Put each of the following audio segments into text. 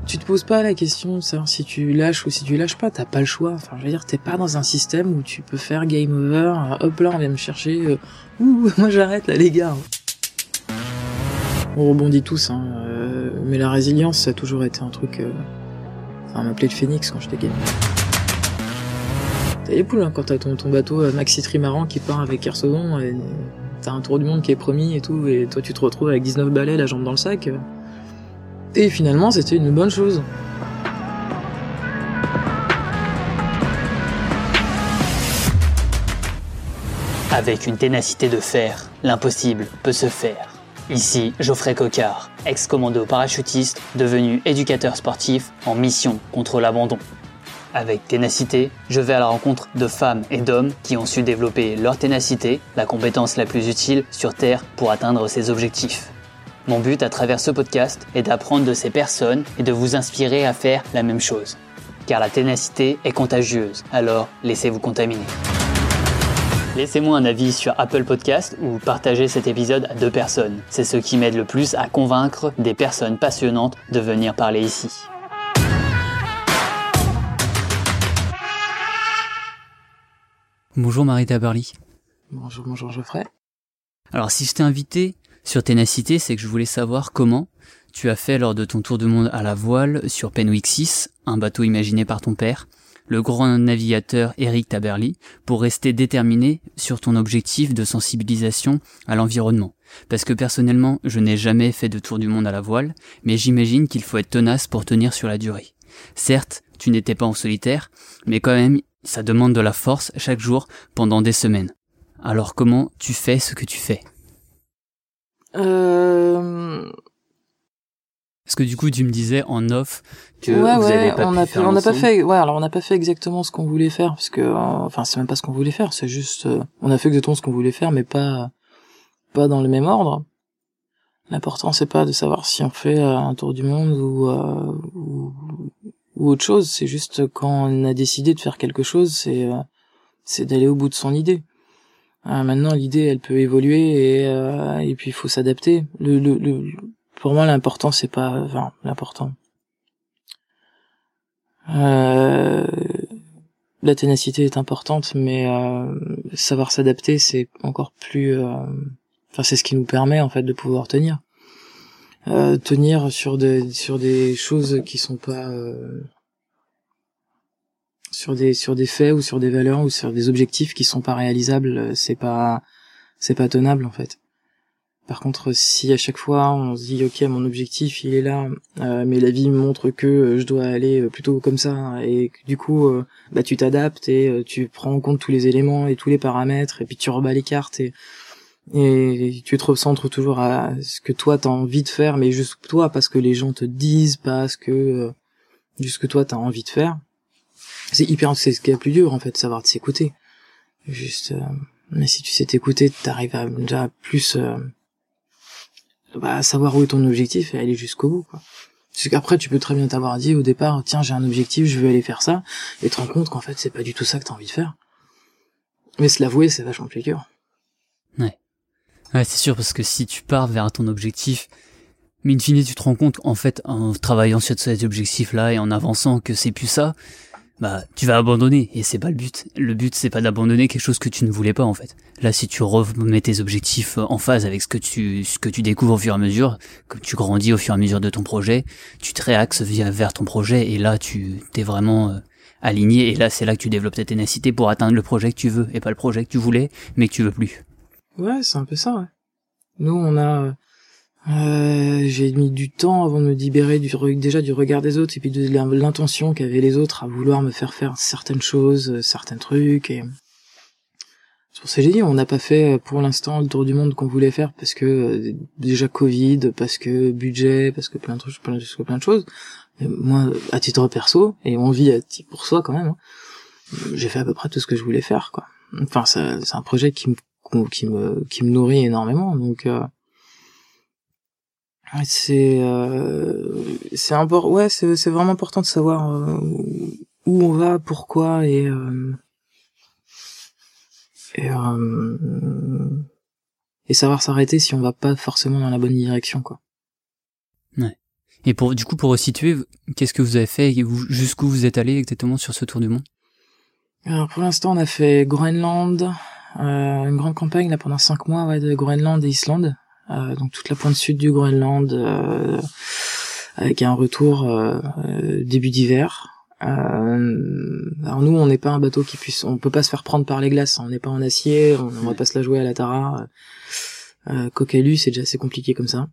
tu te poses pas la question de savoir si tu lâches ou si tu lâches pas, t'as pas le choix. Enfin, je veux dire, t'es pas dans un système où tu peux faire game over, hop là, on vient me chercher, moi j'arrête là les gars. On rebondit tous, mais la résilience, ça a toujours été un truc... on m'appelait le phénix quand j'étais gamin. T'as les poules, quand t'as ton bateau Maxi Trimaran qui part avec Kersodon, et t'as un tour du monde qui est promis et tout, et toi tu te retrouves avec 19 balais, la jambe dans le sac. Et finalement, c'était une bonne chose. Avec une ténacité de fer, l'impossible peut se faire. Ici, Geoffrey Coquard, ex-commando parachutiste, devenu éducateur sportif en mission contre l'abandon. Avec ténacité, je vais à la rencontre de femmes et d'hommes qui ont su développer leur ténacité, la compétence la plus utile sur Terre pour atteindre ses objectifs. Mon but à travers ce podcast est d'apprendre de ces personnes et de vous inspirer à faire la même chose. Car la ténacité est contagieuse, alors laissez-vous contaminer. Laissez-moi un avis sur Apple Podcast ou partagez cet épisode à 2 personnes. C'est ce qui m'aide le plus à convaincre des personnes passionnantes de venir parler ici. Bonjour Marie Tabarly. Bonjour Geoffrey. Alors si je t'ai invité sur Ténacité, c'est que je voulais savoir comment tu as fait lors de ton tour du monde à la voile sur Penwick 6, un bateau imaginé par ton père, le grand navigateur Eric Tabarly, pour rester déterminé sur ton objectif de sensibilisation à l'environnement. Parce que personnellement, je n'ai jamais fait de tour du monde à la voile, mais j'imagine qu'il faut être tenace pour tenir sur la durée. Certes, tu n'étais pas en solitaire, mais quand même, ça demande de la force chaque jour pendant des semaines. Alors comment tu fais ce que tu fais ? Parce que du coup, tu me disais en off que vous avez pas pu faire on n'a pas ensemble. fait. Ouais, alors on n'a pas fait exactement ce qu'on voulait faire, parce que, c'est même pas ce qu'on voulait faire. C'est juste, on a fait exactement ce qu'on voulait faire, mais pas dans le même ordre. L'important, c'est pas de savoir si on fait un tour du monde ou autre chose. C'est juste quand on a décidé de faire quelque chose, c'est d'aller au bout de son idée. Maintenant, l'idée, elle peut évoluer et puis il faut s'adapter. Pour moi, l'important, c'est pas, l'important. La ténacité est importante, mais savoir s'adapter, c'est encore plus. C'est ce qui nous permet en fait de pouvoir tenir. Tenir sur des choses qui sont pas. Sur des faits ou sur des valeurs ou sur des objectifs qui sont pas réalisables, c'est pas tenable en fait. Par contre, si à chaque fois on se dit ok, mon objectif il est là, mais la vie me montre que je dois aller plutôt comme ça, et que, du coup tu t'adaptes et tu prends en compte tous les éléments et tous les paramètres, et puis tu rebats les cartes et tu te recentres toujours à ce que toi t'as envie de faire, mais juste toi, parce que les gens te disent, parce que juste ce que toi t'as envie de faire. C'est ce qui est le plus dur en fait, savoir de s'écouter. Juste, mais si tu sais t'écouter, t'arrives à déjà plus savoir où est ton objectif et aller jusqu'au bout, quoi. Parce qu'après tu peux très bien t'avoir dit au départ, tiens, j'ai un objectif, je veux aller faire ça, et te rendre compte qu'en fait c'est pas du tout ça que t'as envie de faire. Mais se l'avouer, c'est vachement plus dur. Ouais, c'est sûr, parce que si tu pars vers ton objectif, mais in fine tu te rends compte en fait en travaillant sur cet objectif-là et en avançant que c'est plus ça, tu vas abandonner, et c'est pas le but. Le but, c'est pas d'abandonner quelque chose que tu ne voulais pas, en fait. Là, si tu remets tes objectifs en phase avec ce que tu découvres au fur et à mesure, que tu grandis au fur et à mesure de ton projet, tu te réaxes vers ton projet, et là, tu t'es vraiment aligné, et là, c'est là que tu développes ta ténacité pour atteindre le projet que tu veux, et pas le projet que tu voulais, mais que tu veux plus. Ouais, c'est un peu ça, ouais. Nous, on a... j'ai mis du temps avant de me libérer du regard des autres, et puis de l'intention qu'avaient les autres à vouloir me faire certaines choses, certains trucs, et c'est pour ça que j'ai dit, on n'a pas fait pour l'instant le tour du monde qu'on voulait faire, parce que déjà Covid, parce que budget, parce que plein de choses. Mais moi, à titre perso, et on vit pour soi quand même, j'ai fait à peu près tout ce que je voulais faire, quoi. Enfin, c'est un projet qui me nourrit énormément, donc c'est vraiment important de savoir où on va, pourquoi, et savoir s'arrêter si on va pas forcément dans la bonne direction, quoi. Ouais. Et pour resituer, qu'est-ce que vous avez fait et jusqu'où vous êtes allé exactement sur ce tour du monde? Alors pour l'instant, on a fait Groenland, une grande campagne là pendant 5 mois, ouais, de Groenland et Islande, donc toute la pointe sud du Groenland, avec un retour début d'hiver. Alors nous, on n'est pas un bateau on peut pas se faire prendre par les glaces, on n'est pas en acier, on va pas se la jouer à la Tara. Cocalu, c'est déjà assez compliqué comme ça.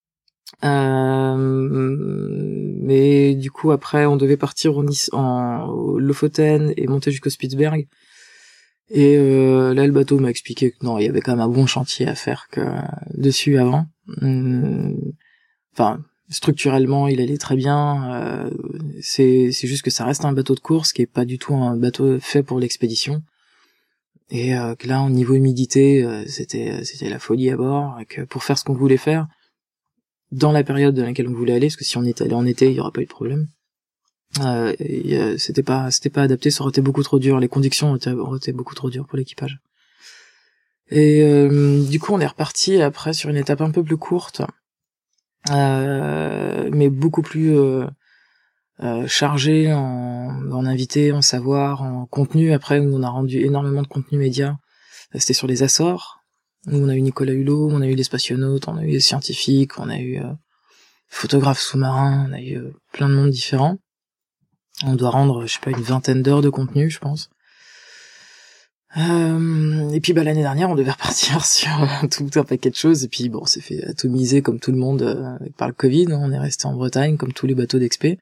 Mais du coup après on devait partir en Lofoten et monter jusqu'au Spitzberg, et là le bateau m'a expliqué que non, il y avait quand même un bon chantier à faire dessus avant. Enfin, structurellement il allait très bien, c'est juste que ça reste un bateau de course qui est pas du tout un bateau fait pour l'expédition, et que là au niveau humidité c'était la folie à bord, et que pour faire ce qu'on voulait faire dans la période dans laquelle on voulait aller, parce que si on était allé en été, il y aurait pas eu de problème. C'était pas adapté, ça aurait été beaucoup trop dur, les conditions auraient été beaucoup trop dures pour l'équipage. Et du coup, on est reparti après sur une étape un peu plus courte, mais beaucoup plus chargée en invités, en savoir, en contenu. Après, on a rendu énormément de contenu média. C'était sur les Açores. Nous, on a eu Nicolas Hulot, on a eu des spationautes, on a eu des scientifiques, on a eu photographes sous-marins, on a eu plein de monde différents. On doit rendre, je sais pas, une 20aine d'heures de contenu, je pense. Et puis l'année dernière, on devait repartir sur tout un paquet de choses, et puis bon, on s'est fait atomiser comme tout le monde par le Covid. On est resté en Bretagne comme tous les bateaux d'expé.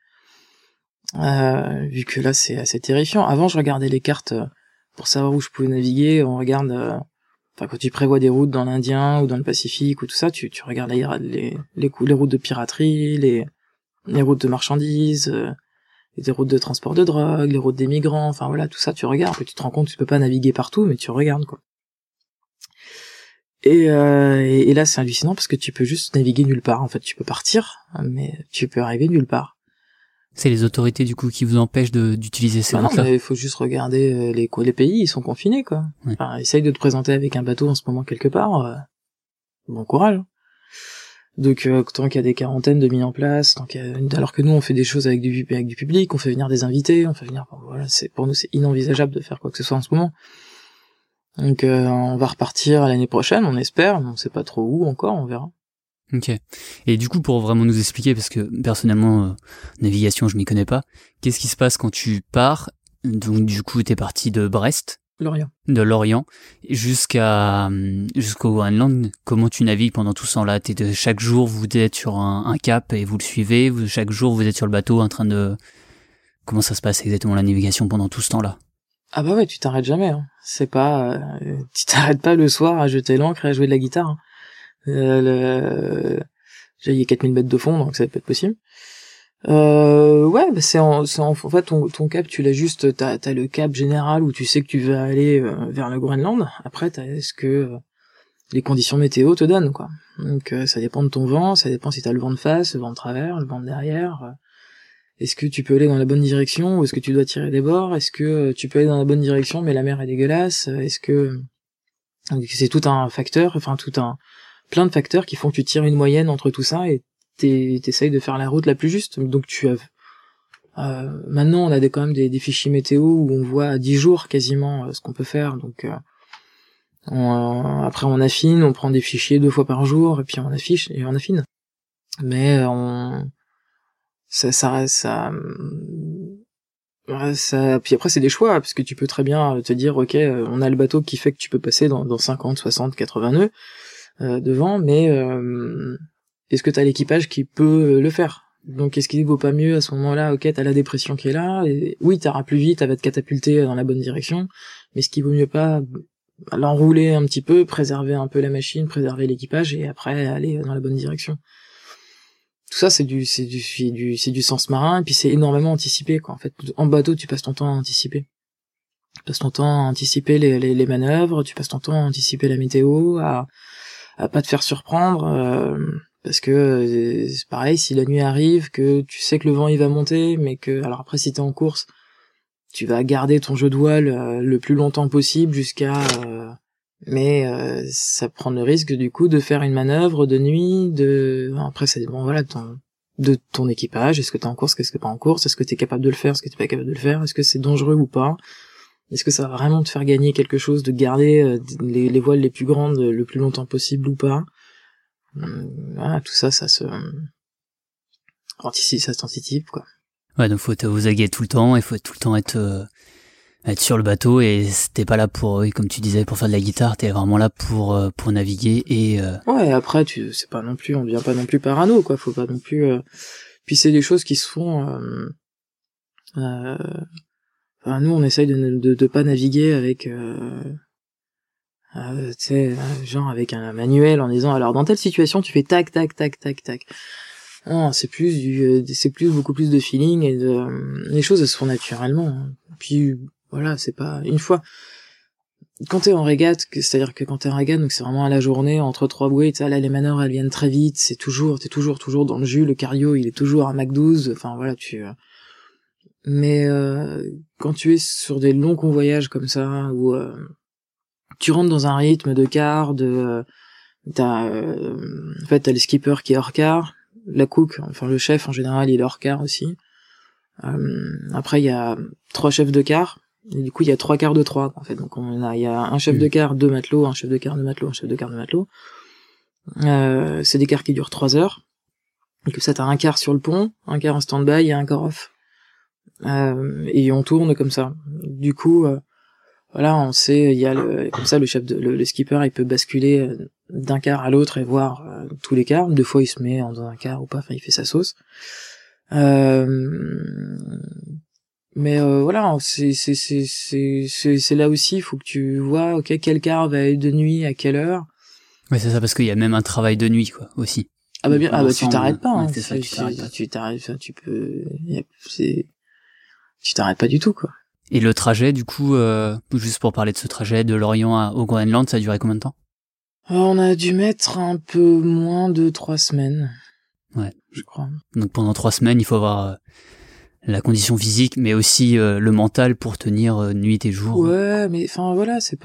Vu que là, c'est assez terrifiant. Avant, je regardais les cartes pour savoir où je pouvais naviguer. On regarde... Enfin, quand tu prévois des routes dans l'Indien ou dans le Pacifique ou tout ça, tu regardes les routes de piraterie, les routes de marchandises, les routes de transport de drogue, les routes des migrants, enfin voilà, tout ça tu regardes, et tu te rends compte que tu peux pas naviguer partout, mais tu regardes, quoi. Et là c'est hallucinant parce que tu peux juste naviguer nulle part, en fait, tu peux partir, mais tu peux arriver nulle part. C'est les autorités du coup qui vous empêchent d'utiliser ces routes-là. Non, mais il faut juste regarder les pays, ils sont confinés, quoi. Ouais. Enfin, essaye de te présenter avec un bateau en ce moment quelque part, bon courage. Donc tant qu'il y a des quarantaines de mis en place, alors que nous on fait des choses avec du public, on fait venir des invités, on fait venir, voilà, pour nous c'est inenvisageable de faire quoi que ce soit en ce moment. Donc on va repartir l'année prochaine, on espère, mais on sait pas trop où encore, on verra. Ok. Et du coup, pour vraiment nous expliquer, parce que personnellement, navigation, je m'y connais pas, qu'est-ce qui se passe quand tu pars? Donc du coup, t'es parti de Brest, de Lorient, jusqu'au Groenland. Comment tu navigues pendant tout ce temps-là? Chaque jour, vous êtes sur un cap et vous le suivez. Chaque jour, vous êtes sur le bateau en train de... Comment ça se passe exactement la navigation pendant tout ce temps-là? Ah bah ouais, tu t'arrêtes jamais. Hein. C'est pas, tu t'arrêtes pas le soir à jeter l'ancre et à jouer de la guitare. Hein. Il y a 4000 mètres de fond, donc ça va pas être possible. Ouais, bah en fait ton cap, tu l'as juste, t'as le cap général où tu sais que tu vas aller vers le Groenland. Après, t'as ce que les conditions météo te donnent, quoi. Donc ça dépend de ton vent, ça dépend si t'as le vent de face, le vent de travers, le vent de derrière. Est-ce que tu peux aller dans la bonne direction ou est-ce que tu dois tirer des bords? Est-ce que tu peux aller dans la bonne direction mais la mer est dégueulasse? Est-ce que c'est tout un facteur, enfin plein de facteurs qui font que tu tires une moyenne entre tout ça et t'essayes de faire la route la plus juste. Donc tu as maintenant on a quand même des fichiers météo où on voit à 10 jours quasiment ce qu'on peut faire. Donc après on affine, on prend des fichiers 2 fois par jour et puis on affiche et on affine. Mais ça puis après c'est des choix parce que tu peux très bien te dire ok, on a le bateau qui fait que tu peux passer dans 50, 60, 80 nœuds devant, mais est-ce que t'as l'équipage qui peut le faire? Donc est-ce qu'il vaut pas mieux à ce moment-là, ok, t'as la dépression qui est là, et oui, t'iras plus vite, elle va te catapulter dans la bonne direction, mais est-ce qu'il vaut mieux pas l'enrouler un petit peu, préserver un peu la machine, préserver l'équipage, et après aller dans la bonne direction? Tout ça, c'est du sens marin, et puis c'est énormément anticipé, quoi. En fait, en bateau, tu passes ton temps à anticiper. Tu passes ton temps à anticiper les manœuvres, tu passes ton temps à anticiper la météo, à pas te faire surprendre, parce que c'est pareil, si la nuit arrive, que tu sais que le vent il va monter, mais que, alors après si t'es en course, tu vas garder ton jeu de voile le plus longtemps possible jusqu'à... mais ça prend le risque du coup de faire une manœuvre de nuit, après ça dépend, voilà, de ton équipage. Est-ce que t'es en course, qu'est-ce que t'es pas en course, est-ce que t'es capable de le faire, est-ce que t'es pas capable de le faire, est-ce que c'est dangereux ou pas, est-ce que ça va vraiment te faire gagner quelque chose de garder les voiles les plus grandes le plus longtemps possible ou pas. Voilà, tout ça, ça s'anticipe, quoi. Ouais, donc faut être aux aguets tout le temps, il faut tout le temps être sur le bateau, et t'es pas là pour, comme tu disais, pour faire de la guitare, t'es vraiment là pour naviguer et... Ouais, après, c'est pas non plus, on devient pas non plus parano, quoi, faut pas non plus... Puis c'est des choses qui se font... Enfin, nous, on essaye de pas naviguer avec... tu sais, genre avec un manuel en disant, alors dans telle situation, tu fais tac, tac, tac, tac, tac. Non, c'est beaucoup plus de feeling et les choses elles se font naturellement. Hein. Puis voilà, c'est pas une fois quand t'es en régate, c'est-à-dire que quand t'es en régate, donc c'est vraiment à la journée entre trois bouées, tu sais, là les manœuvres elles viennent très vite, t'es toujours dans le jus, le cardio il est toujours à Mach 12, enfin voilà mais quand tu es sur des longs convoyages comme ça où tu rentres dans un rythme de quart, t'as le skipper qui est hors quart. La cook, enfin le chef en général, il est hors quart aussi. Après il y a 3 chefs de quart, et du coup il y a 3 quarts de 3 en fait. Donc il y a un chef de quart, 2 matelots, un chef de quart, 2 matelots, un chef de quart, 2 matelots. C'est des quarts qui durent 3 heures. Et que ça t'as un quart sur le pont, un quart en stand-by et un quart off. Et on tourne comme ça. Du coup voilà, on sait, il y a comme ça le chef le skipper, il peut basculer d'un quart à l'autre et voir tous les quarts. Deux fois il se met dans un quart ou pas, enfin il fait sa sauce. Mais voilà, c'est là aussi, il faut que tu vois, ok, quel quart va être de nuit à quelle heure. Ouais, c'est ça, parce qu'il y a même un travail de nuit, quoi, aussi. Ah bah bien, tu t'arrêtes pas, hein. Ouais, c'est ça, tu t'arrêtes, enfin, tu t'arrêtes pas du tout, quoi. Et le trajet, du coup, juste pour parler de ce trajet de l'Orient au Groenland, ça a duré combien de temps? On a dû mettre un peu moins de 3 semaines. Ouais. Je crois. Donc pendant 3 semaines, il faut avoir la condition physique, mais aussi le mental pour tenir nuit et jour. Ouais, mais enfin voilà, tu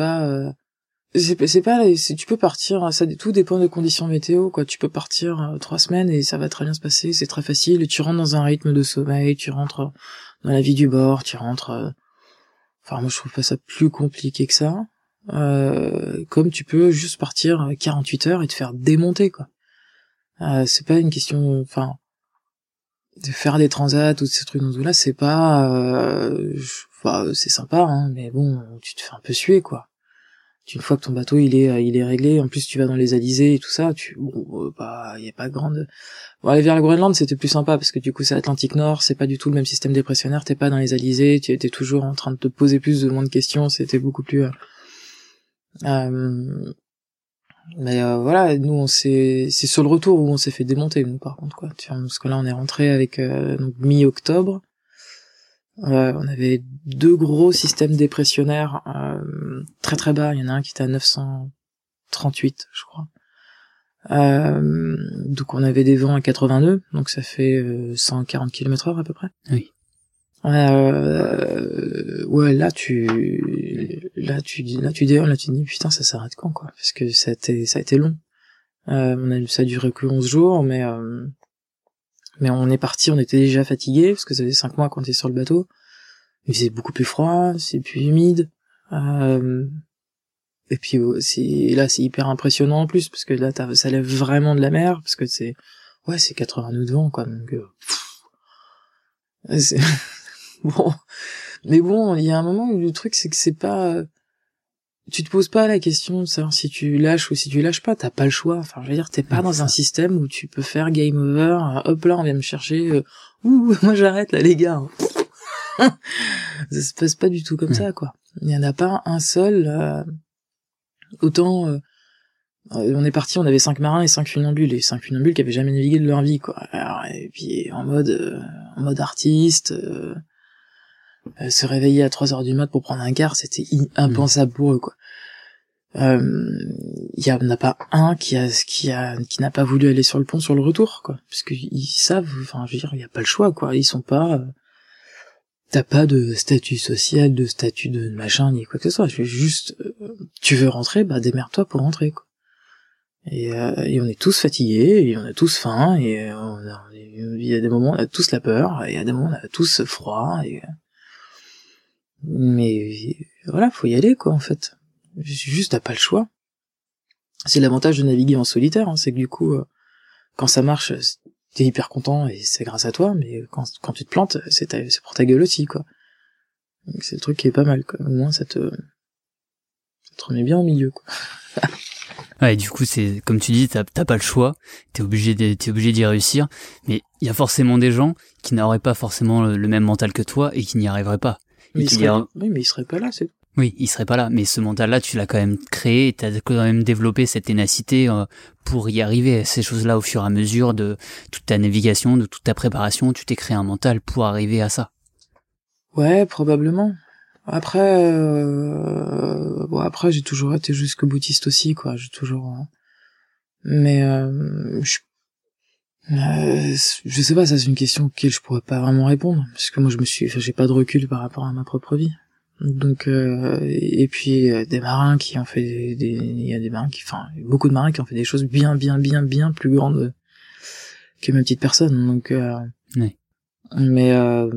peux partir, tout dépend des conditions météo, quoi. Tu peux partir 3 semaines et ça va très bien se passer, c'est très facile, et tu rentres dans un rythme de sommeil, tu rentres dans la vie du bord, tu rentres... Enfin, moi, je trouve pas ça plus compliqué que ça. Comme tu peux juste partir 48 heures et te faire démonter, quoi. C'est pas une question... Enfin, de faire des transats ou ces trucs là, c'est pas... c'est sympa, hein, mais bon, tu te fais un peu suer, quoi. Une fois que ton bateau il est réglé, en plus tu vas dans les alizés et tout ça, y a pas grande... Bon, aller vers le Groenland c'était plus sympa parce que du coup c'est Atlantique Nord, c'est pas du tout le même système dépressionnaire, t'es pas dans les alizés, tu étais toujours en train de te poser plus de moins de questions, c'était beaucoup plus... Mais voilà, nous c'est sur le retour où on s'est fait démonter, nous par contre, quoi. Parce que là on est rentré avec donc mi-octobre. On avait 2 gros systèmes dépressionnaires très très bas. Il y en a un qui était à 938, je crois. Donc on avait des vents à 80 nœuds, donc ça fait 140 km/h à peu près. Oui. Ouais, là tu dis putain, ça s'arrête quand, quoi, parce que ça a été long. Ça a duré que 11 jours, mais on est parti, on était déjà fatigué parce que ça faisait 5 mois qu'on était sur le bateau. Il faisait beaucoup plus froid, c'est plus humide. Et puis là c'est hyper impressionnant en plus parce que là ça lève vraiment de la mer parce que c'est 80 nœuds de vent, quoi. Donc c'est bon. Mais bon, il y a un moment où le truc c'est que c'est pas... Tu te poses pas la question de savoir si tu lâches ou si tu lâches pas, t'as pas le choix. Enfin, je veux dire, t'es pas dans un système où tu peux faire game over, hop là, on vient me chercher, moi j'arrête là les gars. Ça se passe pas du tout comme ça, quoi. Il y en a pas un seul, autant, on est parti, on avait 5 marins et 5 funambules, et 5 funambules qui avaient jamais navigué de leur vie, quoi. Alors, et puis en mode artiste, se réveiller à 3h du mat pour prendre un quart, c'était impensable pour eux, quoi. Il y en a pas un qui n'a pas voulu aller sur le pont sur le retour, quoi, parce que ils savent, enfin, je veux dire, il y a pas le choix, quoi. Ils sont pas, t'as pas de statut social, de statut de machin, ni quoi que ce soit. Juste, tu veux rentrer, bah démerde-toi pour rentrer, quoi. Et on est tous fatigués, et on a tous faim, et il y a des moments où on a tous la peur, et il y a des moments où on a tous froid, mais voilà, faut y aller, quoi, en fait. Juste, t'as pas le choix. C'est l'avantage de naviguer en solitaire, hein, c'est que du coup, quand ça marche, t'es hyper content, et c'est grâce à toi, mais quand tu te plantes, c'est pour ta gueule aussi, quoi. Donc c'est le truc qui est pas mal, quoi. Au moins, ça te remet bien au milieu, quoi. Ouais, du coup, c'est comme tu dis, t'as pas le choix, t'es obligé d'y réussir, mais il y a forcément des gens qui n'auraient pas forcément le même mental que toi et qui n'y arriveraient pas. Mais oui, mais ils seraient pas là, c'est tout. Oui, ils seraient pas là, mais ce mental-là, tu l'as quand même créé, et t'as quand même développé cette ténacité pour y arriver à ces choses-là au fur et à mesure de toute ta navigation, de toute ta préparation, tu t'es créé un mental pour arriver à ça. Ouais, probablement. Après, après j'ai toujours été jusqu'au boutiste aussi, quoi. J'ai toujours. Mais je sais pas, ça c'est une question auquel je pourrais pas vraiment répondre, parce que moi j'ai pas de recul par rapport à ma propre vie. Donc et puis des marins qui ont fait il y a des marins beaucoup de marins qui ont fait des choses bien plus grandes que ma petite personne. Donc ouais. Mais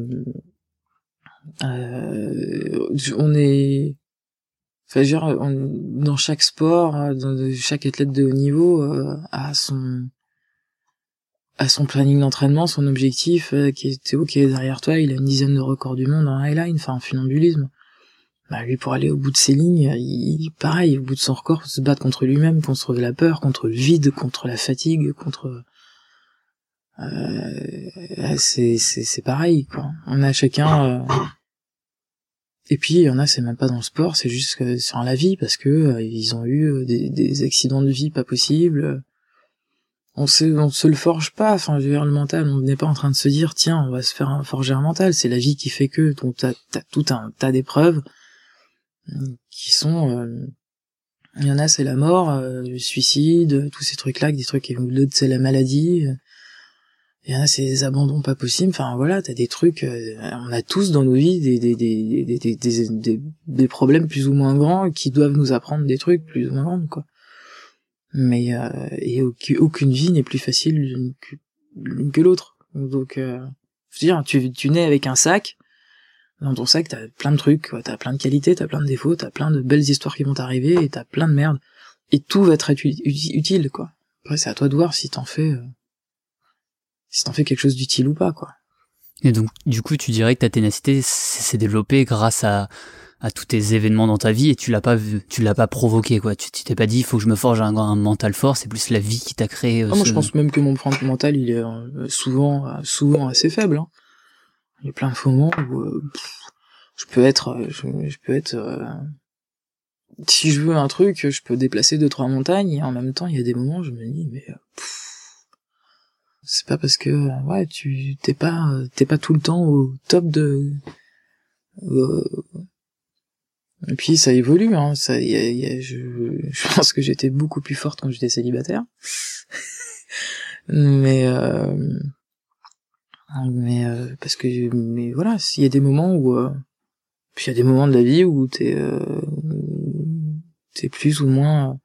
on est, enfin, dans chaque sport, chaque athlète de haut niveau a son planning d'entraînement, son objectif qui était ok derrière toi. Il a une dizaine de records du monde en highline, en funambulisme. Bah lui, pour aller au bout de ses lignes, pareil, au bout de son record, se battre contre lui-même, contre la peur, contre le vide, contre la fatigue, contre c'est pareil, quoi. On a chacun et puis il y en a, c'est même pas dans le sport, c'est juste sur la vie, parce que ils ont eu des accidents de vie pas possibles. On se le forge pas, enfin je veux dire, le mental, on n'est pas en train de se dire tiens, on va se faire forger un mental, c'est la vie qui fait que donc t'as tout un tas d'épreuves qui sont il y en a c'est la mort, le suicide, tous ces trucs là, des trucs qui l'autre c'est la maladie. Il y en a, c'est des abandons pas possibles. Enfin, voilà, t'as des trucs, on a tous dans nos vies des problèmes plus ou moins grands qui doivent nous apprendre des trucs plus ou moins grands, quoi. Mais, et aucune vie n'est plus facile l'une que l'autre. Donc, je veux dire, tu nais avec un sac. Dans ton sac, t'as plein de trucs, quoi. T'as plein de qualités, t'as plein de défauts, t'as plein de belles histoires qui vont t'arriver et t'as plein de merde. Et tout va être utile, quoi. Après, c'est à toi de voir si t'en fais quelque chose d'utile ou pas, quoi. Et donc, du coup, tu dirais que ta ténacité s'est développée grâce à tous tes événements dans ta vie et tu l'as pas provoqué, quoi. Tu t'es pas dit, il faut que je me forge un mental fort, c'est plus la vie qui t'a créé. Moi, je pense même que mon mental, il est souvent assez faible, hein. Il y a plein de moments où je peux être si je veux un truc, je peux déplacer 2-3 montagnes et en même temps, il y a des moments où je me dis, mais c'est pas parce que ouais t'es pas tout le temps au top de et puis ça évolue, hein. Ça je pense que j'étais beaucoup plus forte quand j'étais célibataire. mais parce que mais voilà, s'il y a des moments où puis il y a des moments de la vie où t'es plus ou moins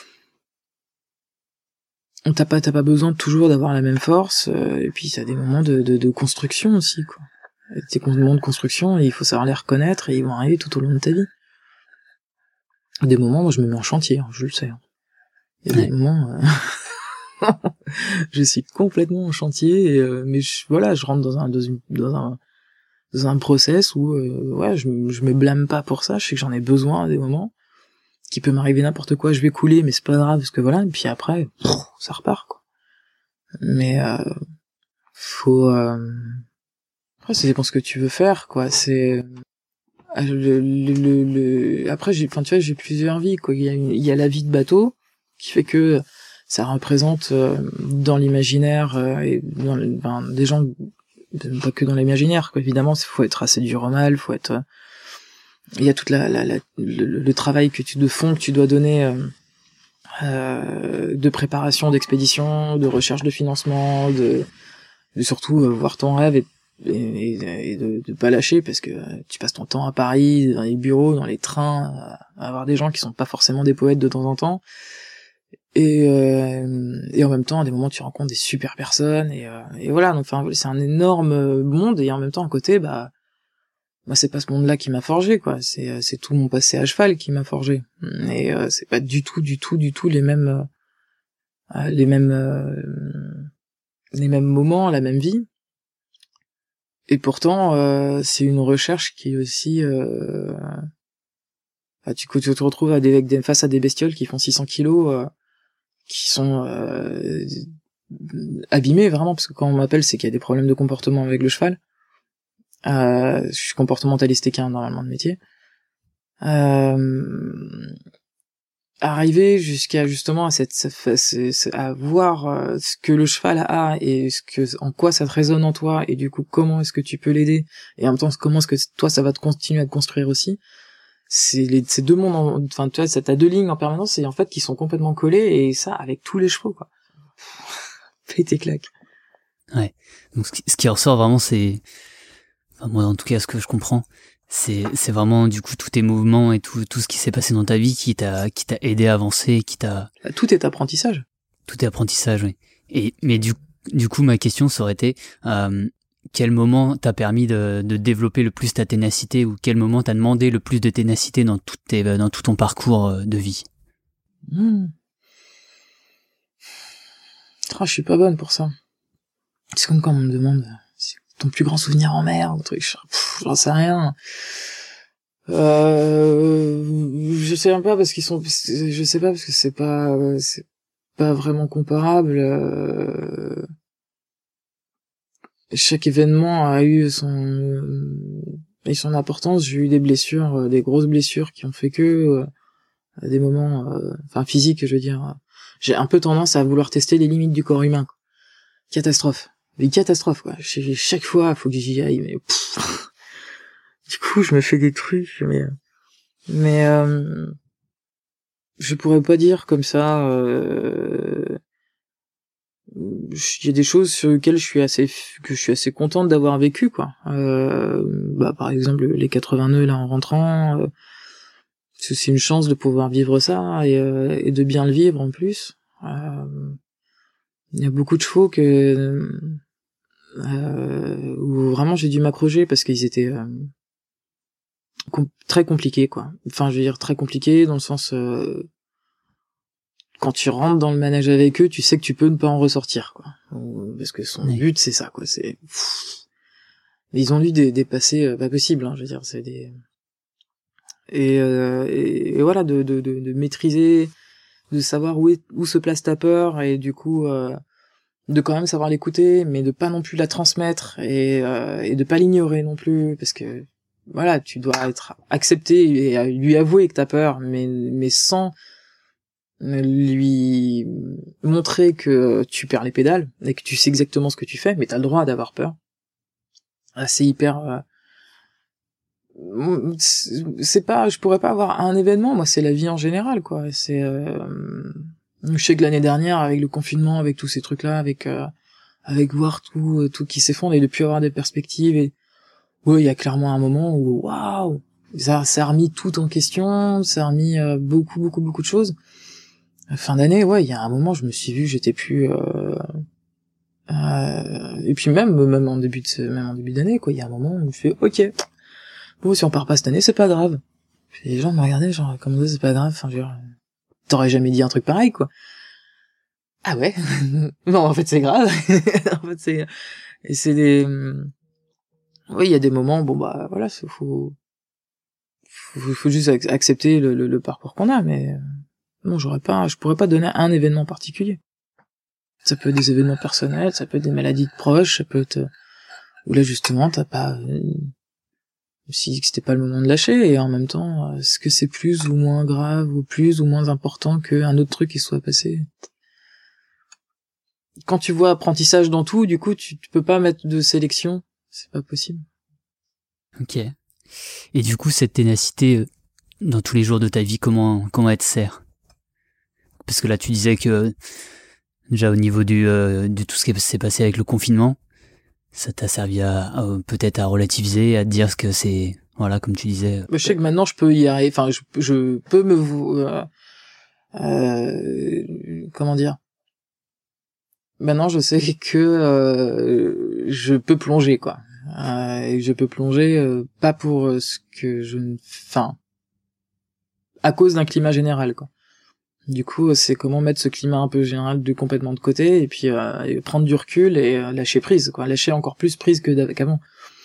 t'as pas besoin toujours d'avoir la même force, et puis t'as des moments de construction aussi, quoi. Et tes moments de construction, il faut savoir les reconnaître et ils vont arriver tout au long de ta vie. Des moments, moi je me mets en chantier, hein, je le sais. Hein. Il y a des moments, je suis complètement en chantier, mais voilà, je rentre dans un process où ouais, je me blâme pas pour ça, je sais que j'en ai besoin à des moments. Qu'il peut m'arriver n'importe quoi, je vais couler, mais c'est pas grave, parce que voilà, et puis après, ça repart, quoi. Mais, faut, après, ça dépend ce que tu veux faire, quoi, c'est, après, tu vois, j'ai plusieurs vies, quoi. Il y a la vie de bateau, qui fait que ça représente, dans l'imaginaire, et des gens, pas que dans l'imaginaire, quoi, évidemment, faut être assez dur au mal, faut être, il y a toute le travail de fond que tu dois donner de préparation d'expédition, de recherche de financement, de surtout voir ton rêve et de pas lâcher, parce que tu passes ton temps à Paris, dans les bureaux, dans les trains, à avoir des gens qui sont pas forcément des poètes de temps en temps. Et en même temps, à des moments, tu rencontres des super personnes, et voilà. Donc, enfin, c'est un énorme monde, et en même temps, à côté, bah, moi, c'est pas ce monde-là qui m'a forgé, quoi. C'est tout mon passé à cheval qui m'a forgé. Et c'est pas du tout les mêmes moments, la même vie. Et pourtant, c'est une recherche qui est aussi, tu te retrouves face à des bestioles qui font 600 kilos, qui sont abîmées vraiment, parce que quand on m'appelle, c'est qu'il y a des problèmes de comportement avec le cheval. Je suis comportementaliste équin normalement de métier. Arriver jusqu'à justement à voir ce que le cheval a et en quoi ça te résonne en toi, et du coup comment est-ce que tu peux l'aider, et en même temps comment est-ce que toi ça va te continuer à te construire aussi. C'est deux mondes, enfin tu vois, t'as deux lignes en permanence, et en fait qui sont complètement collées, et ça avec tous les chevaux, quoi. Fais tes claques. Ouais. Donc ce qui ressort vraiment, c'est, enfin, moi en tout cas ce que je comprends, c'est vraiment du coup tous tes mouvements et tout ce qui s'est passé dans ta vie qui t'a aidé à avancer, Tout est apprentissage. Tout est apprentissage, oui. Mais du coup ma question ça aurait été quel moment t'a permis de développer le plus ta ténacité, ou quel moment t'a demandé le plus de ténacité dans tout ton parcours de vie? Je suis pas bonne pour ça. C'est comme quand on me demande ton plus grand souvenir en mer, ou truc, j'en sais rien. Je sais même pas, parce que c'est pas vraiment comparable. Chaque événement a eu son importance. J'ai eu des blessures, des grosses blessures qui ont fait que à des moments, physiques, je veux dire, j'ai un peu tendance à vouloir tester les limites du corps humain. Catastrophe. Des catastrophes, quoi. Chaque fois, faut que j'y aille, mais du coup, je me fais des trucs, mais je pourrais pas dire comme ça. Il y a des choses sur lesquelles je suis assez contente d'avoir vécu, quoi. Par exemple, les 80 nœuds là en rentrant, c'est une chance de pouvoir vivre ça, et de bien le vivre en plus. Il y a beaucoup de chevaux où vraiment j'ai dû m'accrocher, parce qu'ils étaient très compliqués, quoi. Enfin, je veux dire très compliqués dans le sens, quand tu rentres dans le manège avec eux, tu sais que tu peux ne pas en ressortir, quoi. Parce que son but, c'est ça, quoi. Ils ont dû dépasser, pas possible, hein, je veux dire, c'est des... Et voilà, de maîtriser, de savoir où se place ta peur, et du coup, de quand même savoir l'écouter, mais de pas non plus la transmettre, et de pas l'ignorer non plus, parce que voilà, tu dois être accepté et lui avouer que t'as peur, mais sans lui montrer que tu perds les pédales et que tu sais exactement ce que tu fais, mais t'as le droit d'avoir peur. C'est hyper... je pourrais pas avoir un événement, moi c'est la vie en général, quoi. Je sais que l'année dernière, avec le confinement, avec tous ces trucs-là, avec voir tout qui s'effondre, et de plus avoir des perspectives, et ouais, il y a clairement un moment où waouh, ça a remis tout en question, ça a remis beaucoup de choses. Fin d'année, ouais, il y a un moment, je me suis vu, j'étais plus et puis même en début d'année, quoi, il y a un moment où je me fais OK. Bon, si on part pas cette année, c'est pas grave. Et les gens me regardaient genre, comment ça, c'est pas grave, enfin, genre, t'aurais jamais dit un truc pareil, quoi. Ah ouais? Non, en fait, c'est grave. En fait, c'est des... Oui, il y a des moments, bon, bah, voilà, faut juste accepter le parcours qu'on a, mais non, je pourrais pas donner un événement particulier. Ça peut être des événements personnels, ça peut être des maladies de proches, ça peut être, où là, justement, t'as pas, si c'était pas le moment de lâcher, et en même temps, est-ce que c'est plus ou moins grave, ou plus ou moins important qu'un autre truc qui soit passé? Quand tu vois apprentissage dans tout, du coup, tu peux pas mettre de sélection, c'est pas possible. Ok. Et du coup, cette ténacité, dans tous les jours de ta vie, comment elle te sert? Parce que là, tu disais que, déjà au niveau de tout ce qui s'est passé avec le confinement, ça t'a servi peut-être à relativiser, à te dire ce que c'est, voilà, comme tu disais. Je sais que maintenant je peux y arriver, enfin je peux comment dire, maintenant je sais que je peux plonger quoi. Et je peux plonger pas pour ce que à cause d'un climat général quoi. Du coup, c'est comment mettre ce climat un peu général complètement de côté et puis et prendre du recul et lâcher prise quoi, lâcher encore plus prise qu'avant.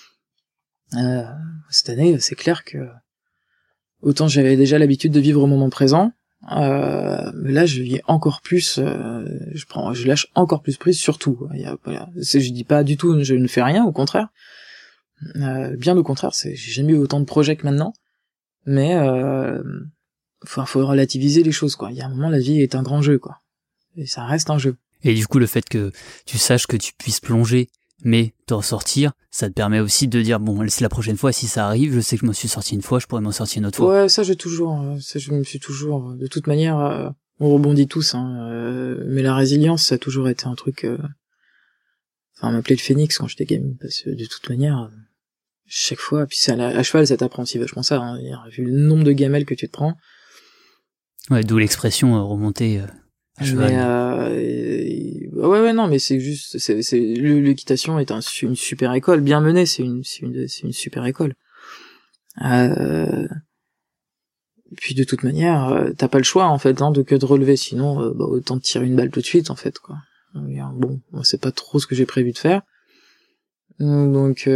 Cette année, c'est clair que autant j'avais déjà l'habitude de vivre au moment présent, mais là je vis encore plus, je lâche encore plus prise sur tout. Voilà. Je dis pas du tout, je ne fais rien, au contraire. Bien au contraire, j'ai jamais eu autant de projets que maintenant. Mais faut relativiser les choses quoi. Il y a un moment, la vie est un grand jeu quoi, et ça reste un jeu. Et du coup, le fait que tu saches que tu puisses plonger, mais t'en sortir, ça te permet aussi de dire bon, c'est la prochaine fois si ça arrive, je sais que je m'en suis sorti une fois, je pourrais m'en sortir une autre fois. Ouais, ça je me suis toujours, de toute manière, on rebondit tous, hein, mais la résilience ça a toujours été un truc. Enfin, on m'appelait le phénix quand j'étais gamine parce que de toute manière, chaque fois, puis à cheval ça t'apprend aussi vachement ça. Hein, vu le nombre de gamelles que tu te prends. Ouais, d'où l'expression remonter à cheval. Mais ouais, non, mais c'est juste, l'équitation est une super école, bien menée, c'est une super école. Puis de toute manière, t'as pas le choix en fait, hein, que de relever, sinon, autant te tirer une balle tout de suite en fait, quoi. Bon, c'est pas trop ce que j'ai prévu de faire. Donc,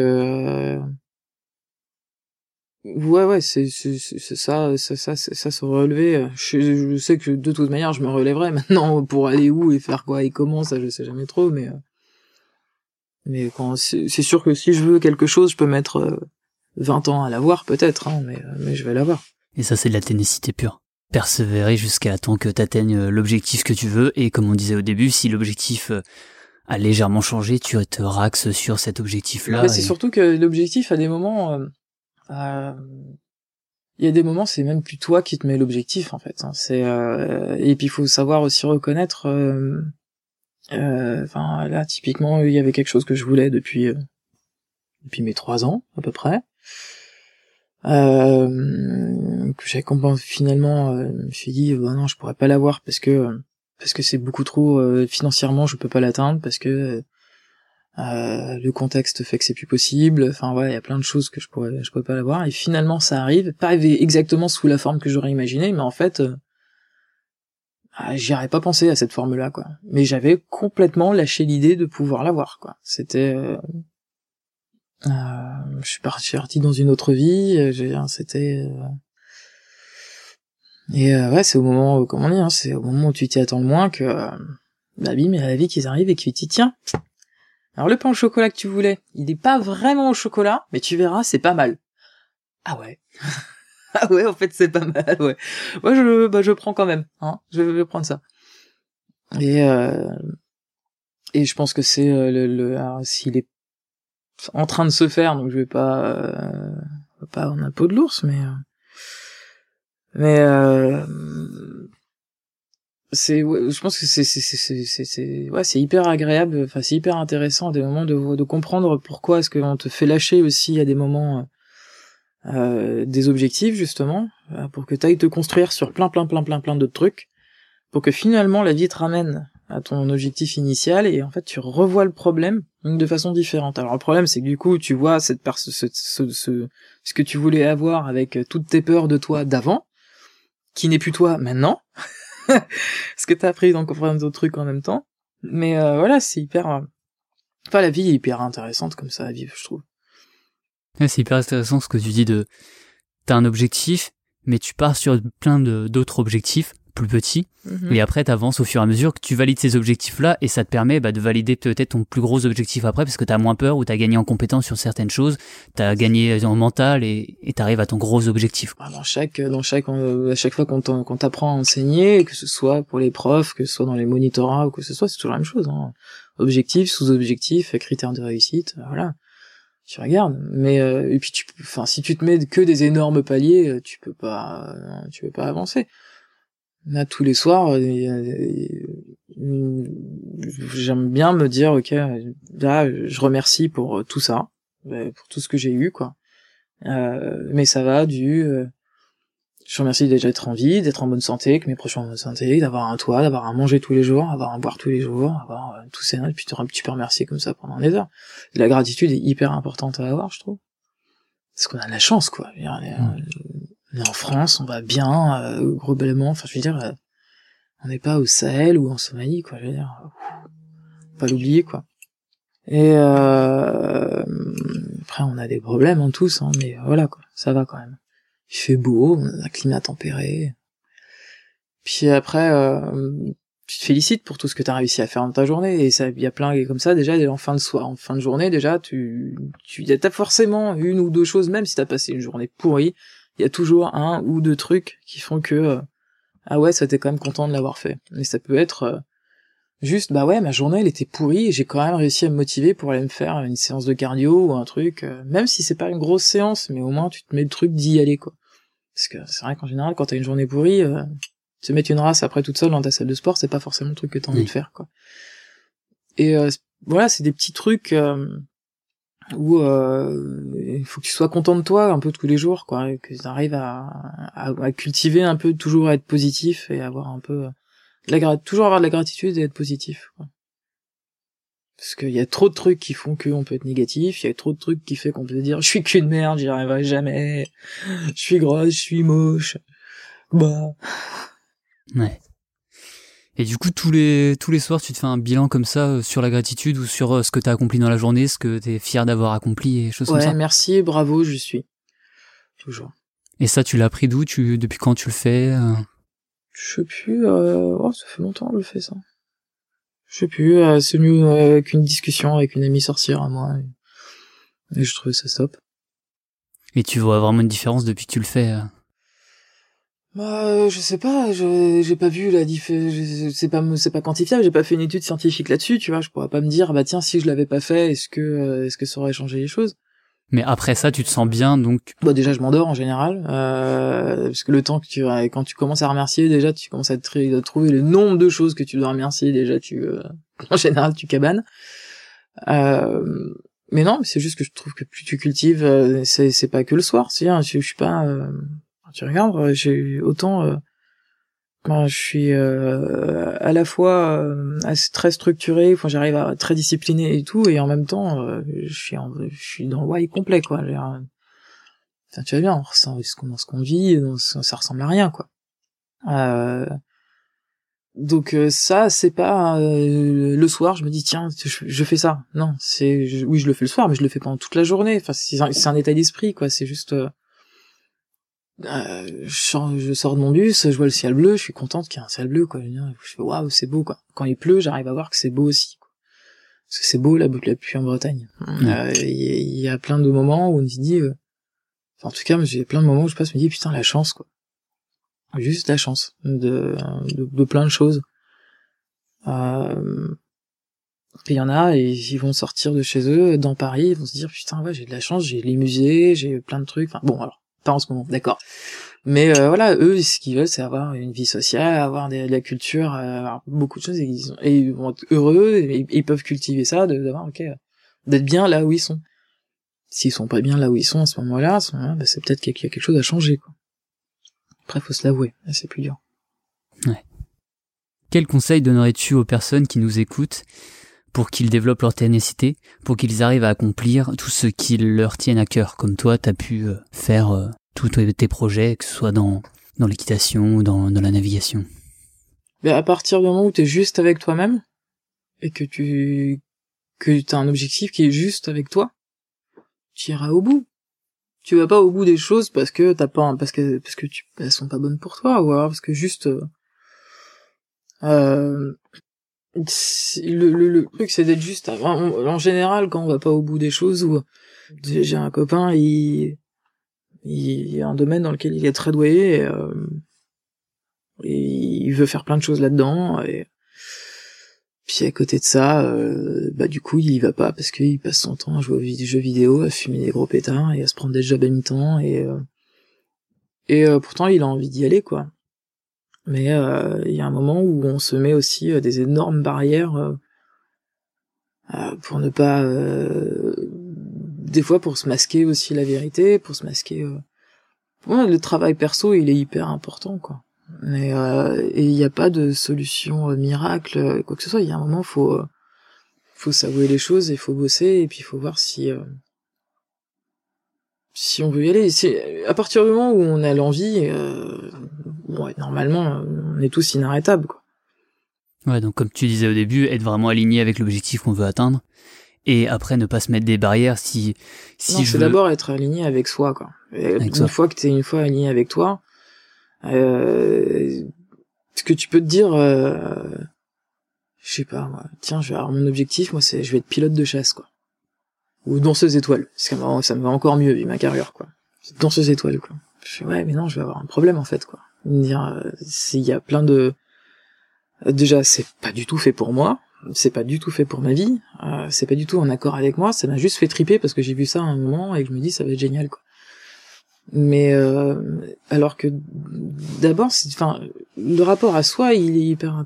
ouais, c'est ça se relever. Je sais que de toute manière, je me relèverai maintenant pour aller où et faire quoi et comment, ça je sais jamais trop, mais quand c'est sûr que si je veux quelque chose, je peux mettre 20 ans à l'avoir peut-être, hein, mais je vais l'avoir. Et ça, c'est de la ténacité pure. Persévérer jusqu'à temps que t'atteignes l'objectif que tu veux, et comme on disait au début, si l'objectif a légèrement changé, tu te raxes sur cet objectif-là. Mais c'est surtout que l'objectif, à des moments, il y a des moments, c'est même plus toi qui te mets l'objectif, en fait. Hein. Et puis il faut savoir aussi reconnaître. Là, typiquement, il y avait quelque chose que je voulais depuis mes 3 ans à peu près. Que j'avais finalement, je me suis dit, non, je pourrais pas l'avoir parce que c'est beaucoup trop financièrement, je peux pas l'atteindre parce que le contexte fait que c'est plus possible. Enfin ouais, il y a plein de choses que je pourrais pas l'avoir. Et finalement, ça arrive, pas exactement sous la forme que j'aurais imaginé, mais en fait, j'y aurais pas pensé à cette forme-là, quoi. Mais j'avais complètement lâché l'idée de pouvoir l'avoir, quoi. C'était, je suis parti dans une autre vie. C'était. Et ouais, c'est au moment, comment on dit, hein, c'est au moment où tu t'y attends le moins que, bim, et la vie qu'ils arrivent et que tu t'y tiens. Alors le pain au chocolat que tu voulais, il est pas vraiment au chocolat, mais tu verras, c'est pas mal. Ah ouais. Ah ouais, en fait, c'est pas mal, ouais. Moi, je prends quand même, hein. Je vais prendre ça. Et je pense que c'est alors, s'il est en train de se faire, donc je vais pas avoir un peau de l'ours, mais je pense que c'est hyper agréable, enfin c'est hyper intéressant à des moments de comprendre pourquoi est-ce qu'on te fait lâcher aussi à des moments des objectifs justement, pour que t'ailles te construire sur plein d'autres trucs, pour que finalement la vie te ramène à ton objectif initial et en fait tu revois le problème de façon différente. Alors le problème c'est que du coup tu vois ce que tu voulais avoir avec toutes tes peurs de toi d'avant, qui n'est plus toi maintenant. Parce que t'as appris encore plein d'autres trucs en même temps. Mais voilà, c'est hyper... Enfin, la vie est hyper intéressante comme ça à vivre, je trouve. Ouais, c'est hyper intéressant ce que tu dis t'as un objectif, mais tu pars sur plein d'autres objectifs plus petits, et après t'avances au fur et à mesure que tu valides ces objectifs-là, et ça te permet de valider peut-être ton plus gros objectif après, parce que t'as moins peur, ou t'as gagné en compétence sur certaines choses, t'as gagné en mental, et t'arrives à ton gros objectif. À chaque fois qu'on t'apprend à enseigner, que ce soit pour les profs, que ce soit dans les monitorats, ou que ce soit, c'est toujours la même chose, hein. Objectif, sous-objectif, critères de réussite, voilà. Tu regardes, mais et puis si tu te mets que des énormes paliers, tu peux pas avancer. Là, tous les soirs, j'aime bien me dire, ok, là, je remercie pour tout ça, pour tout ce que j'ai eu, quoi. Mais ça va Je remercie déjà d'être en vie, d'être en bonne santé, que mes proches sont en bonne santé, d'avoir un toit, d'avoir à manger tous les jours, avoir à boire tous les jours, avoir tous ces notes, puis tu peux remercier comme ça pendant des heures. Et la gratitude est hyper importante à avoir, je trouve. Parce qu'on a de la chance, quoi. On est en France, on va bien, globalement, enfin, je veux dire, on n'est pas au Sahel ou en Somalie, quoi, je veux dire. Faut pas l'oublier, quoi. Et après, on a des problèmes, hein, tous, hein, mais voilà, quoi, ça va quand même. Il fait beau, on a un climat tempéré. Puis après, tu te félicites pour tout ce que t'as réussi à faire dans ta journée, et ça, il y a plein comme ça, déjà, en fin de journée, déjà, t'as forcément une ou deux choses, même si t'as passé une journée pourrie, il y a toujours un ou deux trucs qui font que, ah ouais, ça t'es quand même content de l'avoir fait. Mais ça peut être, juste, bah ouais, ma journée, elle était pourrie, et j'ai quand même réussi à me motiver pour aller me faire une séance de cardio, ou un truc, même si c'est pas une grosse séance, mais au moins, tu te mets le truc d'y aller, quoi. Parce que c'est vrai qu'en général, quand t'as une journée pourrie, te mettre une race après toute seule dans ta salle de sport, c'est pas forcément le truc que t'as envie de faire, quoi. Et voilà, c'est des petits trucs où il faut que tu sois content de toi un peu tous les jours, quoi, et que t'arrives à cultiver un peu, toujours à être positif et avoir un peu toujours avoir de la gratitude et être positif, quoi. Parce qu'il y a trop de trucs qui font qu'on peut être négatif, il y a trop de trucs qui fait qu'on peut se dire je suis qu'une merde, j'y arriverai jamais, je suis grosse, je suis moche. Bah. Ouais. Et du coup, tous les soirs, tu te fais un bilan comme ça sur la gratitude ou sur ce que t'as accompli dans la journée, ce que t'es fier d'avoir accompli et choses comme ça. Ouais, merci, bravo, je suis. Toujours. Et ça, tu l'as appris d'où? Depuis quand tu le fais? Je sais plus, ça fait longtemps que je le fais, ça. Je sais plus, c'est mieux qu'une discussion avec une amie sorcière à moi. Et je trouvais ça top. Et tu vois vraiment une différence depuis que tu le fais? Bah, je sais pas, j'ai pas vu la c'est pas quantifiable, j'ai pas fait une étude scientifique là-dessus, tu vois, je pourrais pas me dire, bah tiens, si je l'avais pas fait, est-ce que ça aurait changé les choses? Mais après ça, tu te sens bien, donc... Bah, déjà, je m'endors, en général, parce que le temps que quand tu commences à remercier, déjà, tu commences à trouver le nombre de choses que tu dois remercier, déjà, en général, tu cabanes. Mais non, c'est juste que je trouve que plus tu cultives, c'est pas que le soir, je suis pas, tu regardes, j'ai autant, je suis à la fois assez très structuré, enfin j'arrive à très discipliné et tout, et en même temps je suis dans le why complet, quoi. Enfin, tu vois bien, on ressent ce qu'on vit, ça ressemble à rien, quoi. Donc ça, c'est pas le soir je me dis tiens je fais ça. Non, oui, je le fais le soir, mais je le fais pendant toute la journée. Enfin c'est un état d'esprit, quoi. C'est juste je sors de mon bus, je vois le ciel bleu, je suis contente qu'il y ait un ciel bleu, quoi. Je fais waouh, c'est beau, quoi. Quand il pleut, j'arrive à voir que c'est beau aussi, quoi. Parce que c'est beau la pluie en Bretagne. Il y a plein de moments où on se dit enfin, en tout cas, j'ai plein de moments où je me dis putain, la chance, quoi. Juste la chance de plein de choses. Il y en a, et ils vont sortir de chez eux, dans Paris, ils vont se dire putain, ouais, j'ai de la chance, j'ai les musées, j'ai plein de trucs. Enfin bon, alors pas en ce moment, d'accord. Mais voilà, eux, ce qu'ils veulent, c'est avoir une vie sociale, avoir de la culture, avoir beaucoup de choses, et ils vont être heureux, et ils peuvent cultiver ça, d'avoir, d'être bien là où ils sont. S'ils sont pas bien là où ils sont à ce moment-là, bah, c'est peut-être qu'il y a quelque chose à changer, quoi. Après, faut se l'avouer, c'est plus dur. Ouais. Quel conseil donnerais-tu aux personnes qui nous écoutent pour qu'ils développent leur ténacité, pour qu'ils arrivent à accomplir tout ce qui leur tienne à cœur, comme toi, t'as pu faire tous tes projets, que ce soit dans l'équitation ou dans la navigation? Mais à partir du moment où t'es juste avec toi-même, et que t'as un objectif qui est juste avec toi, tu iras au bout. Tu vas pas au bout des choses parce que elles sont pas bonnes pour toi, ou alors parce que juste le truc c'est d'être juste en général quand on va pas au bout des choses, ou j'ai un copain, il y a un domaine dans lequel il est très doué, et il veut faire plein de choses là-dedans, et puis à côté de ça, du coup il y va pas parce qu'il passe son temps à jouer aux jeux vidéo, à fumer des gros pétards et à se prendre des jobs à mi-temps, et pourtant il a envie d'y aller, quoi. Mais il y a un moment où on se met aussi des énormes barrières pour ne pas des fois pour se masquer aussi la vérité, pour se masquer le travail perso, il est hyper important, quoi. Et il n'y a pas de solution miracle, quoi que ce soit. Il y a un moment, faut s'avouer les choses, il faut bosser, et puis il faut voir si on veut y aller. À partir du moment où on a l'envie, normalement, on est tous inarrêtables, quoi. Ouais, donc comme tu disais au début, être vraiment aligné avec l'objectif qu'on veut atteindre, et après ne pas se mettre des barrières si non, c'est d'abord être aligné avec soi, quoi. Une fois que t'es aligné avec toi, ce que tu peux te dire, je sais pas, moi, tiens, je vais avoir mon objectif, moi, je vais être pilote de chasse, quoi. Ou danseuse étoile, parce que ça me va encore mieux, vu ma carrière, quoi. Danseuse étoile, quoi. Je fais, ouais, mais non, je vais avoir un problème, en fait, quoi. Me dire, il y a plein de... Déjà, c'est pas du tout fait pour moi, c'est pas du tout fait pour ma vie, c'est pas du tout en accord avec moi, ça m'a juste fait triper parce que j'ai vu ça à un moment et que je me dis, ça va être génial, quoi. Mais alors que d'abord, le rapport à soi, il est hyper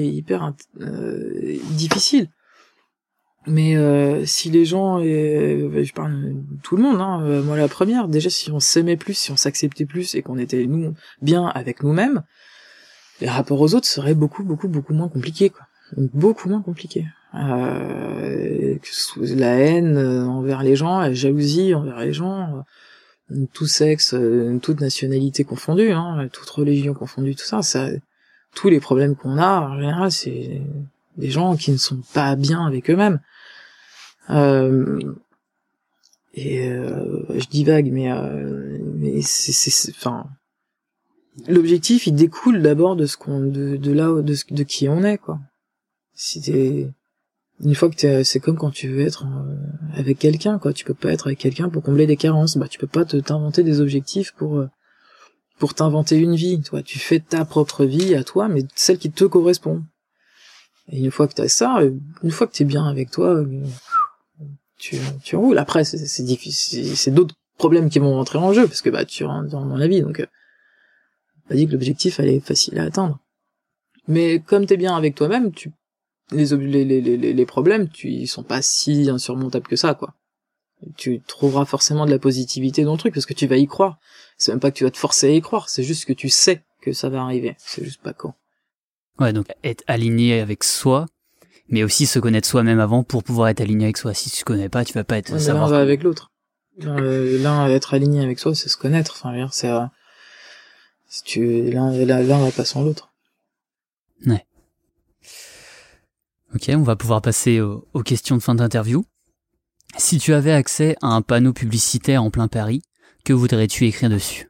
difficile. Mais si les gens, je parle de tout le monde, moi la première, déjà si on s'aimait plus, si on s'acceptait plus et qu'on était nous bien avec nous-mêmes, les rapports aux autres seraient beaucoup moins compliqués, quoi. Beaucoup moins compliqués. La haine envers les gens, la jalousie envers les gens, tout sexe, toute nationalité confondue, toute religion confondue, tout ça, tous les problèmes qu'on a, en général, c'est des gens qui ne sont pas bien avec eux-mêmes. Je divague, mais l'objectif, il découle d'abord de de qui on est, quoi. Une fois que c'est comme quand tu veux être avec quelqu'un, quoi. Tu peux pas être avec quelqu'un pour combler des carences. Tu peux pas t'inventer des objectifs pour t'inventer une vie. Toi, tu fais ta propre vie à toi, mais celle qui te correspond. Et une fois que t'as ça, une fois que t'es bien avec toi, tu roules. Après, c'est difficile, c'est d'autres problèmes qui vont rentrer en jeu, parce que tu rentres dans la vie, donc pas dit que l'objectif elle est facile à atteindre. Mais comme t'es bien avec toi-même, les problèmes, ils sont pas si insurmontables que ça, quoi. Tu trouveras forcément de la positivité dans le truc, parce que tu vas y croire. C'est même pas que tu vas te forcer à y croire, c'est juste que tu sais que ça va arriver. C'est juste pas quand. Ouais, donc être aligné avec soi, mais aussi se connaître soi-même avant pour pouvoir être aligné avec soi. Si tu te connais pas, tu vas pas être savoir. L'un va avec l'autre. L'un, être aligné avec soi, c'est se connaître. Enfin, c'est l'un va pas sans l'autre. Ouais. Ok, on va pouvoir passer aux questions de fin d'interview. Si tu avais accès à un panneau publicitaire en plein Paris, que voudrais-tu écrire dessus?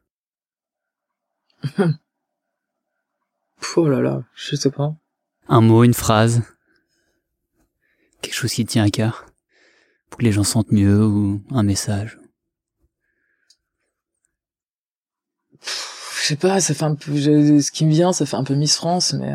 Oh là là, je sais pas. Un mot, une phrase, quelque chose qui te tient à cœur, pour que les gens sentent mieux, ou un message. Je sais pas, ça fait un peu, ce qui me vient, ça fait un peu Miss France, mais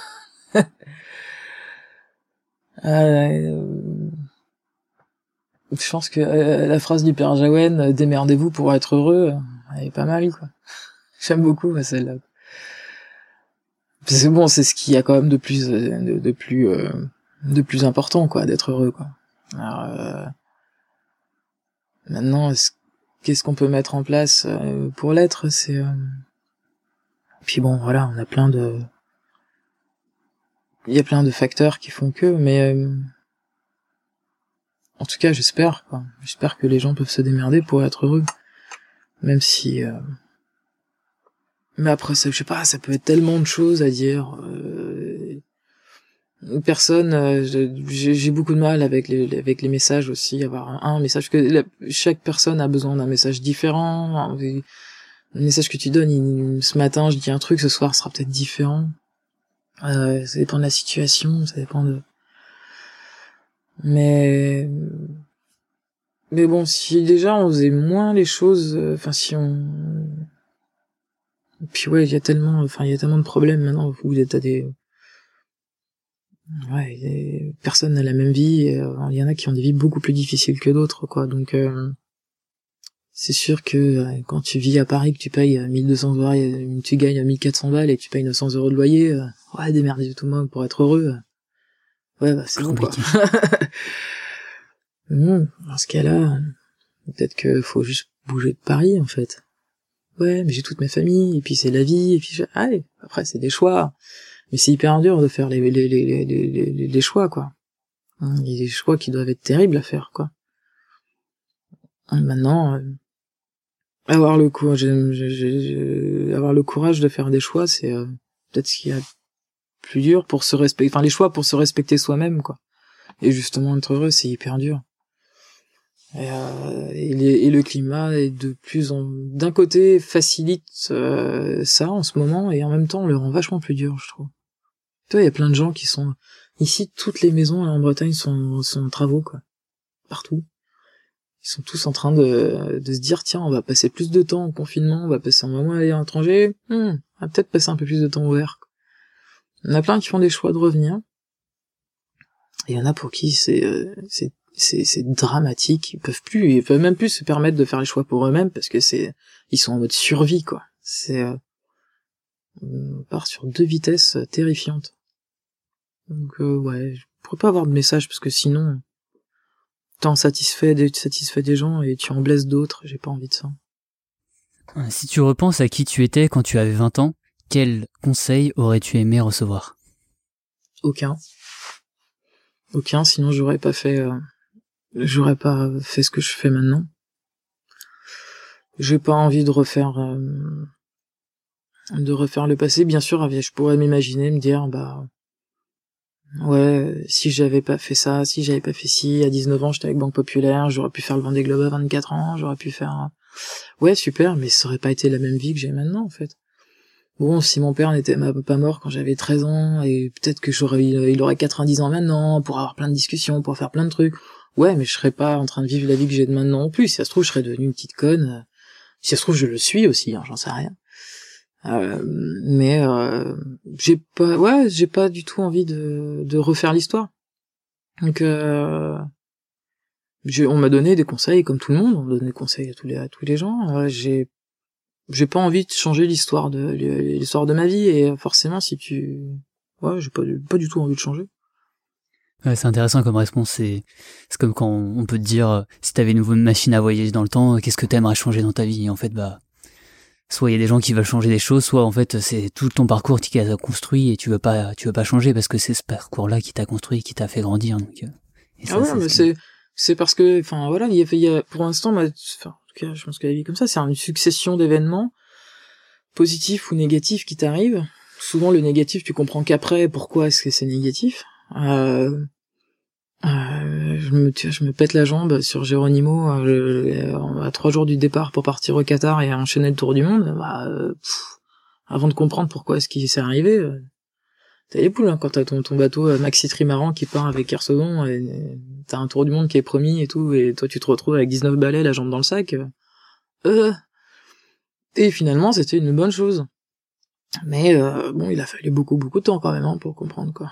je pense que la phrase du Père Jaouen, démerdez-vous pour être heureux, elle est pas mal, quoi. J'aime beaucoup celle-là. Parce que bon, c'est ce qu'il y a quand même de plus important, quoi, d'être heureux, quoi. Alors, maintenant, qu'est-ce qu'on peut mettre en place pour l'être, c'est puis bon, voilà, il y a plein de facteurs qui font que, mais en tout cas, j'espère que les gens peuvent se démerder pour être heureux, même si mais après ça, je sais pas, ça peut être tellement de choses à dire. Personne, j'ai beaucoup de mal avec les messages aussi, avoir un message que chaque personne a besoin d'un message différent. Le message que tu donnes, ce matin je dis un truc, ce soir sera peut-être différent. Ça dépend de la situation, ça dépend de... Mais bon, si déjà on faisait moins les choses, si on... Puis ouais, il y a tellement de problèmes maintenant où t'as des... Ouais, personne n'a la même vie, il y en a qui ont des vies beaucoup plus difficiles que d'autres, quoi, donc c'est sûr que quand tu vis à Paris, que tu payes 1200 €, tu gagnes 1400 balles et tu payes 900 € de loyer, ouais, démerdez tout le monde pour être heureux, ouais, c'est bon, quoi. Dans ce cas-là, peut-être que faut juste bouger de Paris, en fait. ouais, mais j'ai toute ma famille, et puis c'est la vie, et puis après c'est des choix. Mais c'est hyper dur de faire les choix, quoi. Il y a des choix qui doivent être terribles à faire, quoi. Maintenant, avoir le courage de faire des choix, c'est peut-être ce qu'il y a plus dur pour se respecter, enfin les choix pour se respecter soi-même, quoi. Et justement être heureux, c'est hyper dur. Et le climat est d'un côté facilite ça en ce moment, et en même temps le rend vachement plus dur, je trouve. Tu vois, il y a plein de gens qui sont ici, toutes les maisons en Bretagne sont en travaux, quoi, partout. Ils sont tous en train de se dire, tiens, on va passer plus de temps en confinement, on va passer un moment à l'étranger, on va peut-être passer un peu plus de temps ouvert. Il y en a plein qui font des choix de revenir, et il y en a pour qui c'est dramatique, ils peuvent même plus se permettre de faire les choix pour eux-mêmes, parce que ils sont en mode survie, quoi. On part sur 2 vitesses terrifiantes. Donc ouais, je pourrais pas avoir de message, parce que sinon, t'en satisfais des gens et tu en blesses d'autres, j'ai pas envie de ça. Si tu repenses à qui tu étais quand tu avais 20 ans, quel conseil aurais-tu aimé recevoir? Aucun, sinon j'aurais pas fait ce que je fais maintenant. J'ai pas envie de refaire le passé. Bien sûr, je pourrais m'imaginer, me dire, ouais, si j'avais pas fait ça, si j'avais pas fait ci, à 19 ans j'étais avec Banque Populaire, j'aurais pu faire le Vendée Globe à 24 ans, j'aurais pu faire... Ouais, super, mais ça aurait pas été la même vie que j'ai maintenant, en fait. Bon, si mon père n'était pas mort quand j'avais 13 ans, et peut-être que il aurait 90 ans maintenant, pour avoir plein de discussions, pour faire plein de trucs. Ouais, mais je serais pas en train de vivre la vie que j'ai de maintenant non plus. Si ça se trouve, je serais devenue une petite conne. Si ça se trouve, je le suis aussi, j'en sais rien. Mais j'ai pas du tout envie de refaire l'histoire. Donc on m'a donné des conseils comme tout le monde, on donne des conseils à tous les gens. J'ai pas envie de changer l'histoire de ma vie, et forcément j'ai pas du tout envie de changer. Ouais, c'est intéressant comme réponse. C'est comme quand on peut te dire, si t'avais une nouvelle machine à voyager dans le temps, qu'est-ce que t'aimerais changer dans ta vie? Et en fait, soit il y a des gens qui veulent changer des choses, soit en fait c'est tout ton parcours qui t'a construit et tu veux pas changer parce que c'est ce parcours-là qui t'a construit, qui t'a fait grandir. Donc, mais c'est parce que, enfin voilà, il y a pour l'instant, en tout cas, je pense que la vie comme ça, c'est une succession d'événements positifs ou négatifs qui t'arrivent. Souvent le négatif, tu comprends qu'après pourquoi est-ce que c'est négatif. Je me pète la jambe sur Geronimo à 3 jours du départ pour partir au Qatar et enchaîner le tour du monde. Avant de comprendre pourquoi est-ce qu'il s'est arrivé, t'as les poules, hein, quand t'as ton bateau Maxi Trimaran qui part avec Kersodon, et t'as un tour du monde qui est promis et tout, et toi tu te retrouves avec 19 balais, la jambe dans le sac. Et finalement c'était une bonne chose. Mais bon, il a fallu beaucoup de temps quand même, hein, pour comprendre, quoi.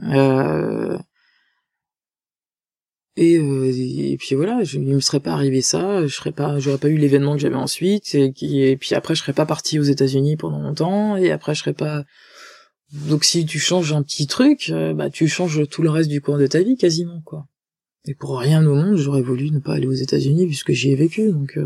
Et puis voilà, il me serait pas arrivé ça, j'aurais pas eu l'événement que j'avais ensuite, et puis après je serais pas parti aux États-Unis pendant longtemps, et après je serais pas... Donc si tu changes un petit truc, tu changes tout le reste du cours de ta vie quasiment, quoi. Et pour rien au monde, j'aurais voulu ne pas aller aux États-Unis puisque j'y ai vécu, donc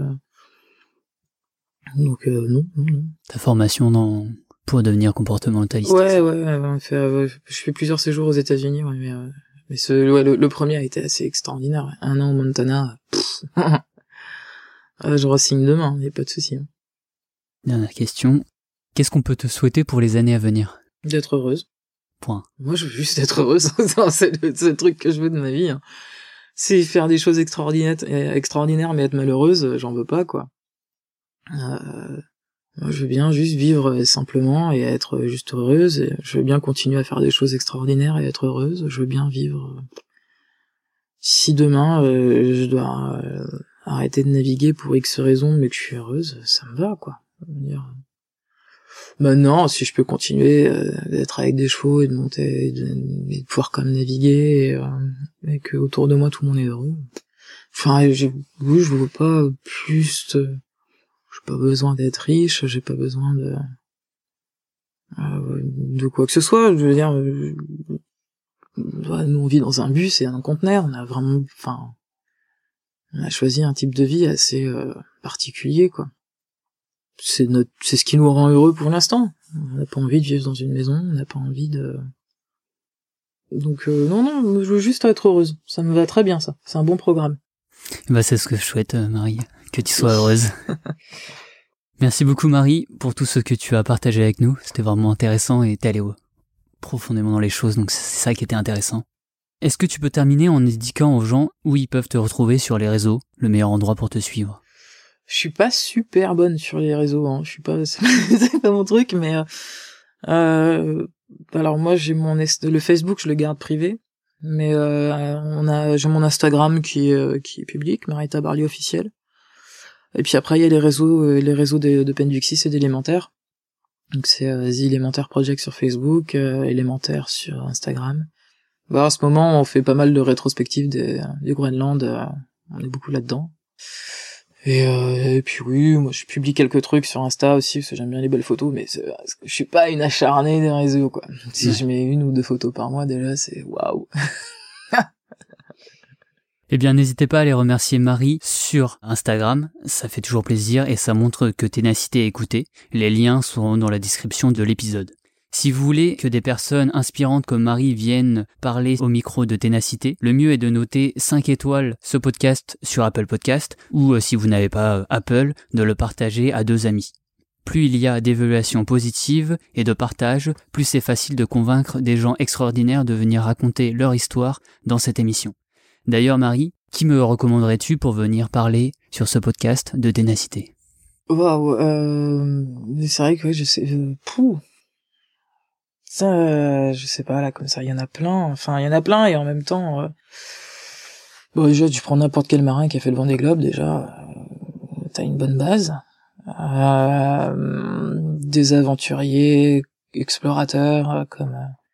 non. Ta formation pour devenir comportementaliste. Ouais, je fais plusieurs séjours aux États-Unis, ouais, mais le premier a été assez extraordinaire. Ouais. 1 an au Montana, je re-signe demain, y a pas de souci. Hein. Dernière question. Qu'est-ce qu'on peut te souhaiter pour les années à venir? D'être heureuse. Point. Moi, je veux juste être heureuse. C'est le truc que je veux de ma vie. Hein. C'est faire des choses extraordinaires, mais être malheureuse, j'en veux pas, quoi. Moi, je veux bien juste vivre simplement et être juste heureuse. Et je veux bien continuer à faire des choses extraordinaires et être heureuse. Je veux bien vivre. Si demain je dois arrêter de naviguer pour X raisons, mais que je suis heureuse, ça me va, quoi. Maintenant, si je peux continuer d'être avec des chevaux et de monter et de pouvoir quand même naviguer et que autour de moi tout le monde est heureux. Enfin, je veux pas plus. J'ai pas besoin d'être riche, j'ai pas besoin de quoi que ce soit. Je veux dire, nous on vit dans un bus et un conteneur. On a choisi un type de vie assez particulier, quoi. c'est ce qui nous rend heureux pour l'instant. On n'a pas envie de vivre dans une maison, on n'a pas envie de... Donc non, je veux juste être heureuse. Ça me va très bien, ça. C'est un bon programme. Bah, c'est ce que je souhaite, Marie, que tu sois heureuse. Merci beaucoup, Marie, pour tout ce que tu as partagé avec nous. C'était vraiment intéressant et t'es allé profondément dans les choses, donc c'est ça qui était intéressant. Est-ce que tu peux terminer en indiquant aux gens où ils peuvent te retrouver sur les réseaux, le meilleur endroit pour te suivre? Je suis pas super bonne sur les réseaux, hein. Je suis pas, c'est pas mon truc, mais alors moi j'ai le Facebook, je le garde privé, mais j'ai mon Instagram qui est public, Marita Barlier officiel. Et puis après il y a les réseaux de Penduxis et d'Élémentaire. Donc c'est The Élémentaire Project sur Facebook, Élémentaire sur Instagram. Bah, en ce moment on fait pas mal de rétrospectives du Groenland, on est beaucoup là-dedans. Et puis oui, moi je publie quelques trucs sur Insta aussi parce que j'aime bien les belles photos, mais je suis pas une acharnée des réseaux, quoi. Si je mets 1 ou 2 photos par mois déjà, c'est waouh. Eh bien, n'hésitez pas à aller remercier Marie sur Instagram, ça fait toujours plaisir et ça montre que Ténacité est écoutée. Les liens seront dans la description de l'épisode. Si vous voulez que des personnes inspirantes comme Marie viennent parler au micro de Ténacité, le mieux est de noter 5 étoiles ce podcast sur Apple Podcast ou si vous n'avez pas Apple, de le partager à 2 amis. Plus il y a d'évaluations positives et de partage, plus c'est facile de convaincre des gens extraordinaires de venir raconter leur histoire dans cette émission. D'ailleurs, Marie, qui me recommanderais-tu pour venir parler sur ce podcast de Ténacité? Waouh, c'est vrai que je sais, ça, je sais pas, là, comme ça, il y en a plein, et en même temps, bon, déjà, tu prends n'importe quel marin qui a fait le Vendée Globe, déjà, t'as une bonne base, des aventuriers, explorateurs, comme,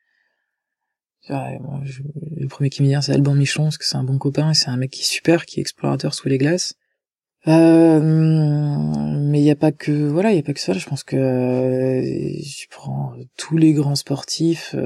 le premier qui me vient, c'est Alban Michon, parce que c'est un bon copain, et c'est un mec qui est super, qui est explorateur sous les glaces. Mais il y a pas que ça. Je pense que je prends tous les grands sportifs,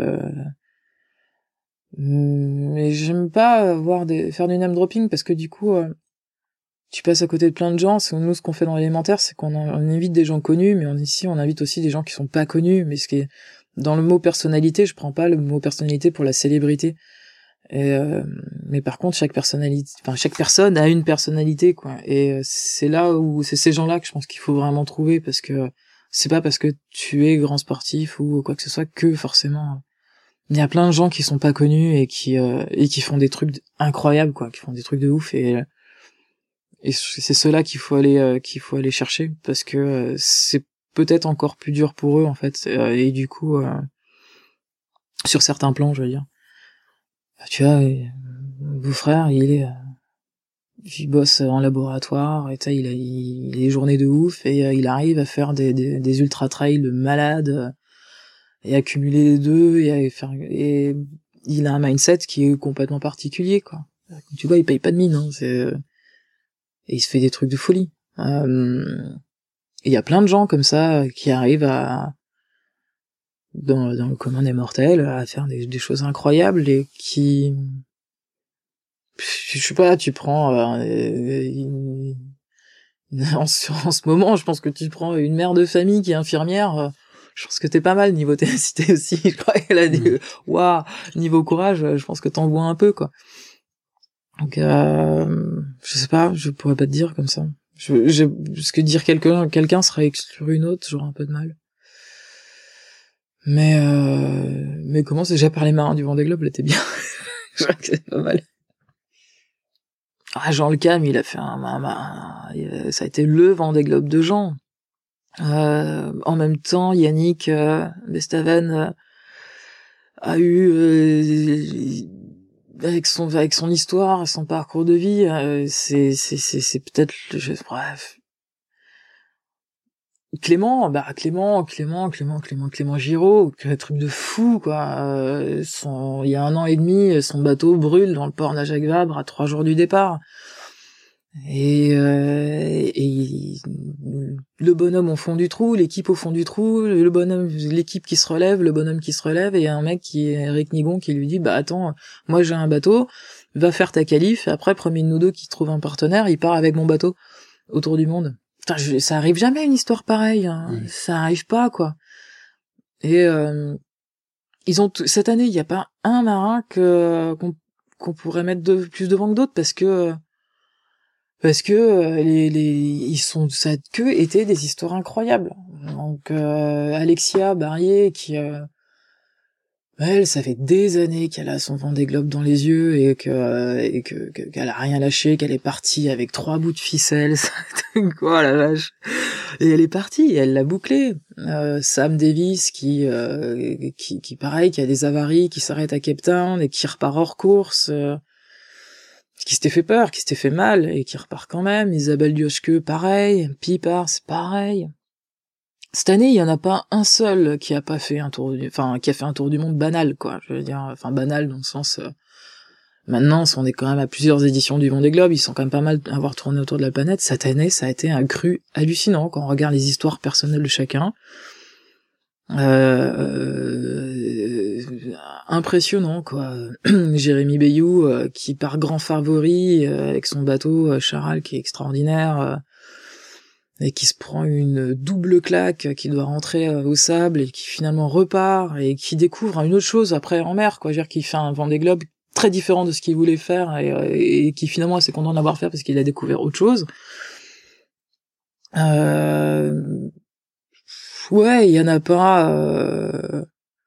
mais j'aime pas faire du name dropping parce que du coup, tu passes à côté de plein de gens. Nous, ce qu'on fait dans l'élémentaire, c'est qu'on invite des gens connus, mais ici, on invite aussi des gens qui sont pas connus. Mais ce qui est dans le mot personnalité, je prends pas le mot personnalité pour la célébrité. Mais par contre, chaque personne a une personnalité, quoi. Et c'est là où c'est ces gens-là que je pense qu'il faut vraiment trouver, parce que c'est pas parce que tu es grand sportif ou quoi que ce soit que forcément. Il y a plein de gens qui sont pas connus et qui font des trucs incroyables, quoi, qui font des trucs de ouf, et c'est ceux-là qu'il faut aller chercher, parce que c'est peut-être encore plus dur pour eux, en fait, et du coup sur certains plans, je veux dire. Tu vois, mon beau-frère, il bosse en laboratoire, et il a des journées de ouf, et il arrive à faire des ultra trails malades, et accumuler les deux, et il a un mindset qui est complètement particulier, quoi. Tu vois, il paye pas de mine, hein, et il se fait des trucs de folie. Et il y a plein de gens comme ça qui arrivent dans le commun des mortels à faire des choses incroyables, et qui, je sais pas, tu prends en ce moment, je pense que tu prends une mère de famille qui est infirmière, je pense que t'es pas mal niveau ténacité aussi. Je crois qu'elle a des waouh, niveau courage, je pense que t'en vois un peu, quoi. Donc je sais pas, je pourrais pas te dire comme ça. Parce que dire quelqu'un serait exclure une autre, j'aurais un peu de mal. Mais comment c'est déjà par les marins du Vendée Globe, là, t'es bien. Je crois que c'est pas mal. Ah, Jean Le Cam, il a fait ça a été le Vendée Globe de Jean. En même temps, Yannick Bestaven a eu avec son histoire, son parcours de vie, c'est peut-être bref. Clément Giraud, un truc de fou, quoi. Il y a 1 an et demi, son bateau brûle dans le port d'Jacques Vabre à 3 jours du départ. Et le bonhomme au fond du trou, l'équipe au fond du trou, l'équipe qui se relève, le bonhomme qui se relève, et il y a un mec qui est Eric Nigon qui lui dit, bah attends, moi j'ai un bateau, va faire ta qualif, et après, premier de nous deux qui trouve un partenaire, il part avec mon bateau autour du monde. ça arrive jamais une histoire pareille, hein. Ça arrive pas, quoi. Et ils ont cette année, il y a pas un marin qu'on pourrait mettre plus devant que d'autres parce que ils sont ça que étaient des histoires incroyables. Donc Alexia Barrier qui elle, ça fait des années qu'elle a son Vendée Globe dans les yeux et qu'elle a rien lâché, qu'elle est partie avec 3 bouts de ficelle. Quoi, la vache. Et elle est partie, elle l'a bouclé. Sam Davis qui pareil, qui a des avaries, qui s'arrête à Cape Town et qui repart hors course, qui s'était fait peur, qui s'était fait mal et qui repart quand même. Isabelle Dioschke, pareil. Pipard, c'est pareil. Cette année, il y en a pas un seul qui a pas fait qui a fait un tour du monde banal, quoi. Je veux dire, banal dans le sens, maintenant, on est quand même à plusieurs éditions du Vendée Globe, ils sont quand même pas mal à avoir tourné autour de la planète. Cette année, ça a été un cru hallucinant quand on regarde les histoires personnelles de chacun. Impressionnant, quoi. Jérémy Bayou, qui part grand favori, avec son bateau, Charal, qui est extraordinaire, et qui se prend une double claque, qui doit rentrer au sable, et qui finalement repart, et qui découvre une autre chose après en mer, quoi. Je veux dire, qui fait un Vendée Globe très différent de ce qu'il voulait faire, et qui finalement est assez content d'avoir fait parce qu'il a découvert autre chose. Ouais, il y en a pas...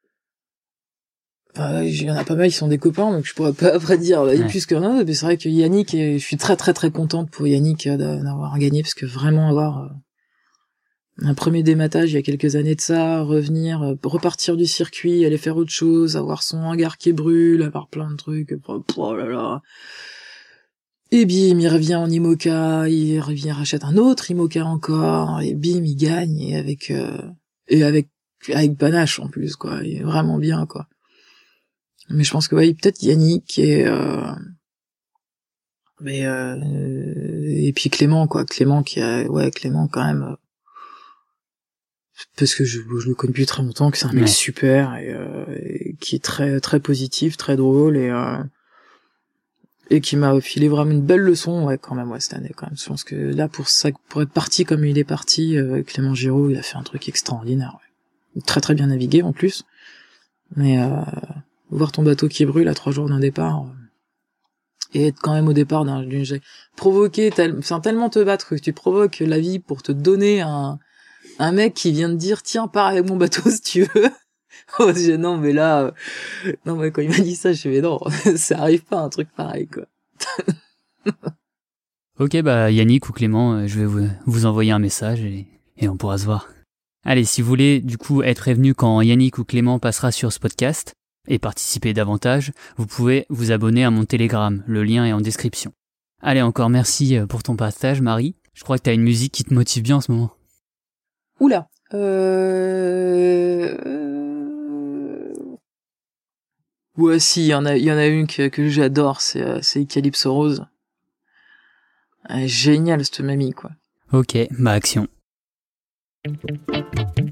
il y en a pas mal qui sont des copains, donc je pourrais pas après dire plus que rien, mais c'est vrai que Yannick, je suis très très très contente pour Yannick d'avoir gagné, parce que vraiment avoir un premier dématage il y a quelques années de ça, repartir du circuit, aller faire autre chose, avoir son hangar qui brûle, avoir plein de trucs, oh là là. Et bim, il revient en IMOCA, il rachète un autre IMOCA encore, et bim, il gagne, et avec panache en plus, quoi, il est vraiment bien, quoi. Mais je pense que peut-être Yannick et puis Clément, quoi. Clément Clément quand même, parce que je le connais depuis très longtemps, que c'est un mec super et qui est très très positif, très drôle et qui m'a filé vraiment une belle leçon, quand même, cette année, quand même. Je pense que là, pour être parti comme il est parti, Clément Giraud, il a fait un truc extraordinaire, très très bien navigué en plus. Mais voir ton bateau qui brûle à 3 jours d'un départ, et être quand même au départ d'une tellement te battre que tu provoques la vie pour te donner un mec qui vient de dire tiens, pars avec mon bateau si tu veux. Non mais là non mais quand il m'a dit ça, je me suis dit, non, ça arrive pas un truc pareil, quoi. Ok, Yannick ou Clément, je vais vous envoyer un message et on pourra se voir. Allez, si vous voulez du coup être prévenu quand Yannick ou Clément passera sur ce podcast et participer davantage, vous pouvez vous abonner à mon Telegram, le lien est en description. Allez, encore merci pour ton partage, Marie. Je crois que t'as une musique qui te motive bien en ce moment. Oula. Ouais, si, il y en a une que j'adore, c'est Calypso Rose. Elle est géniale, cette mamie, quoi. Ok, action.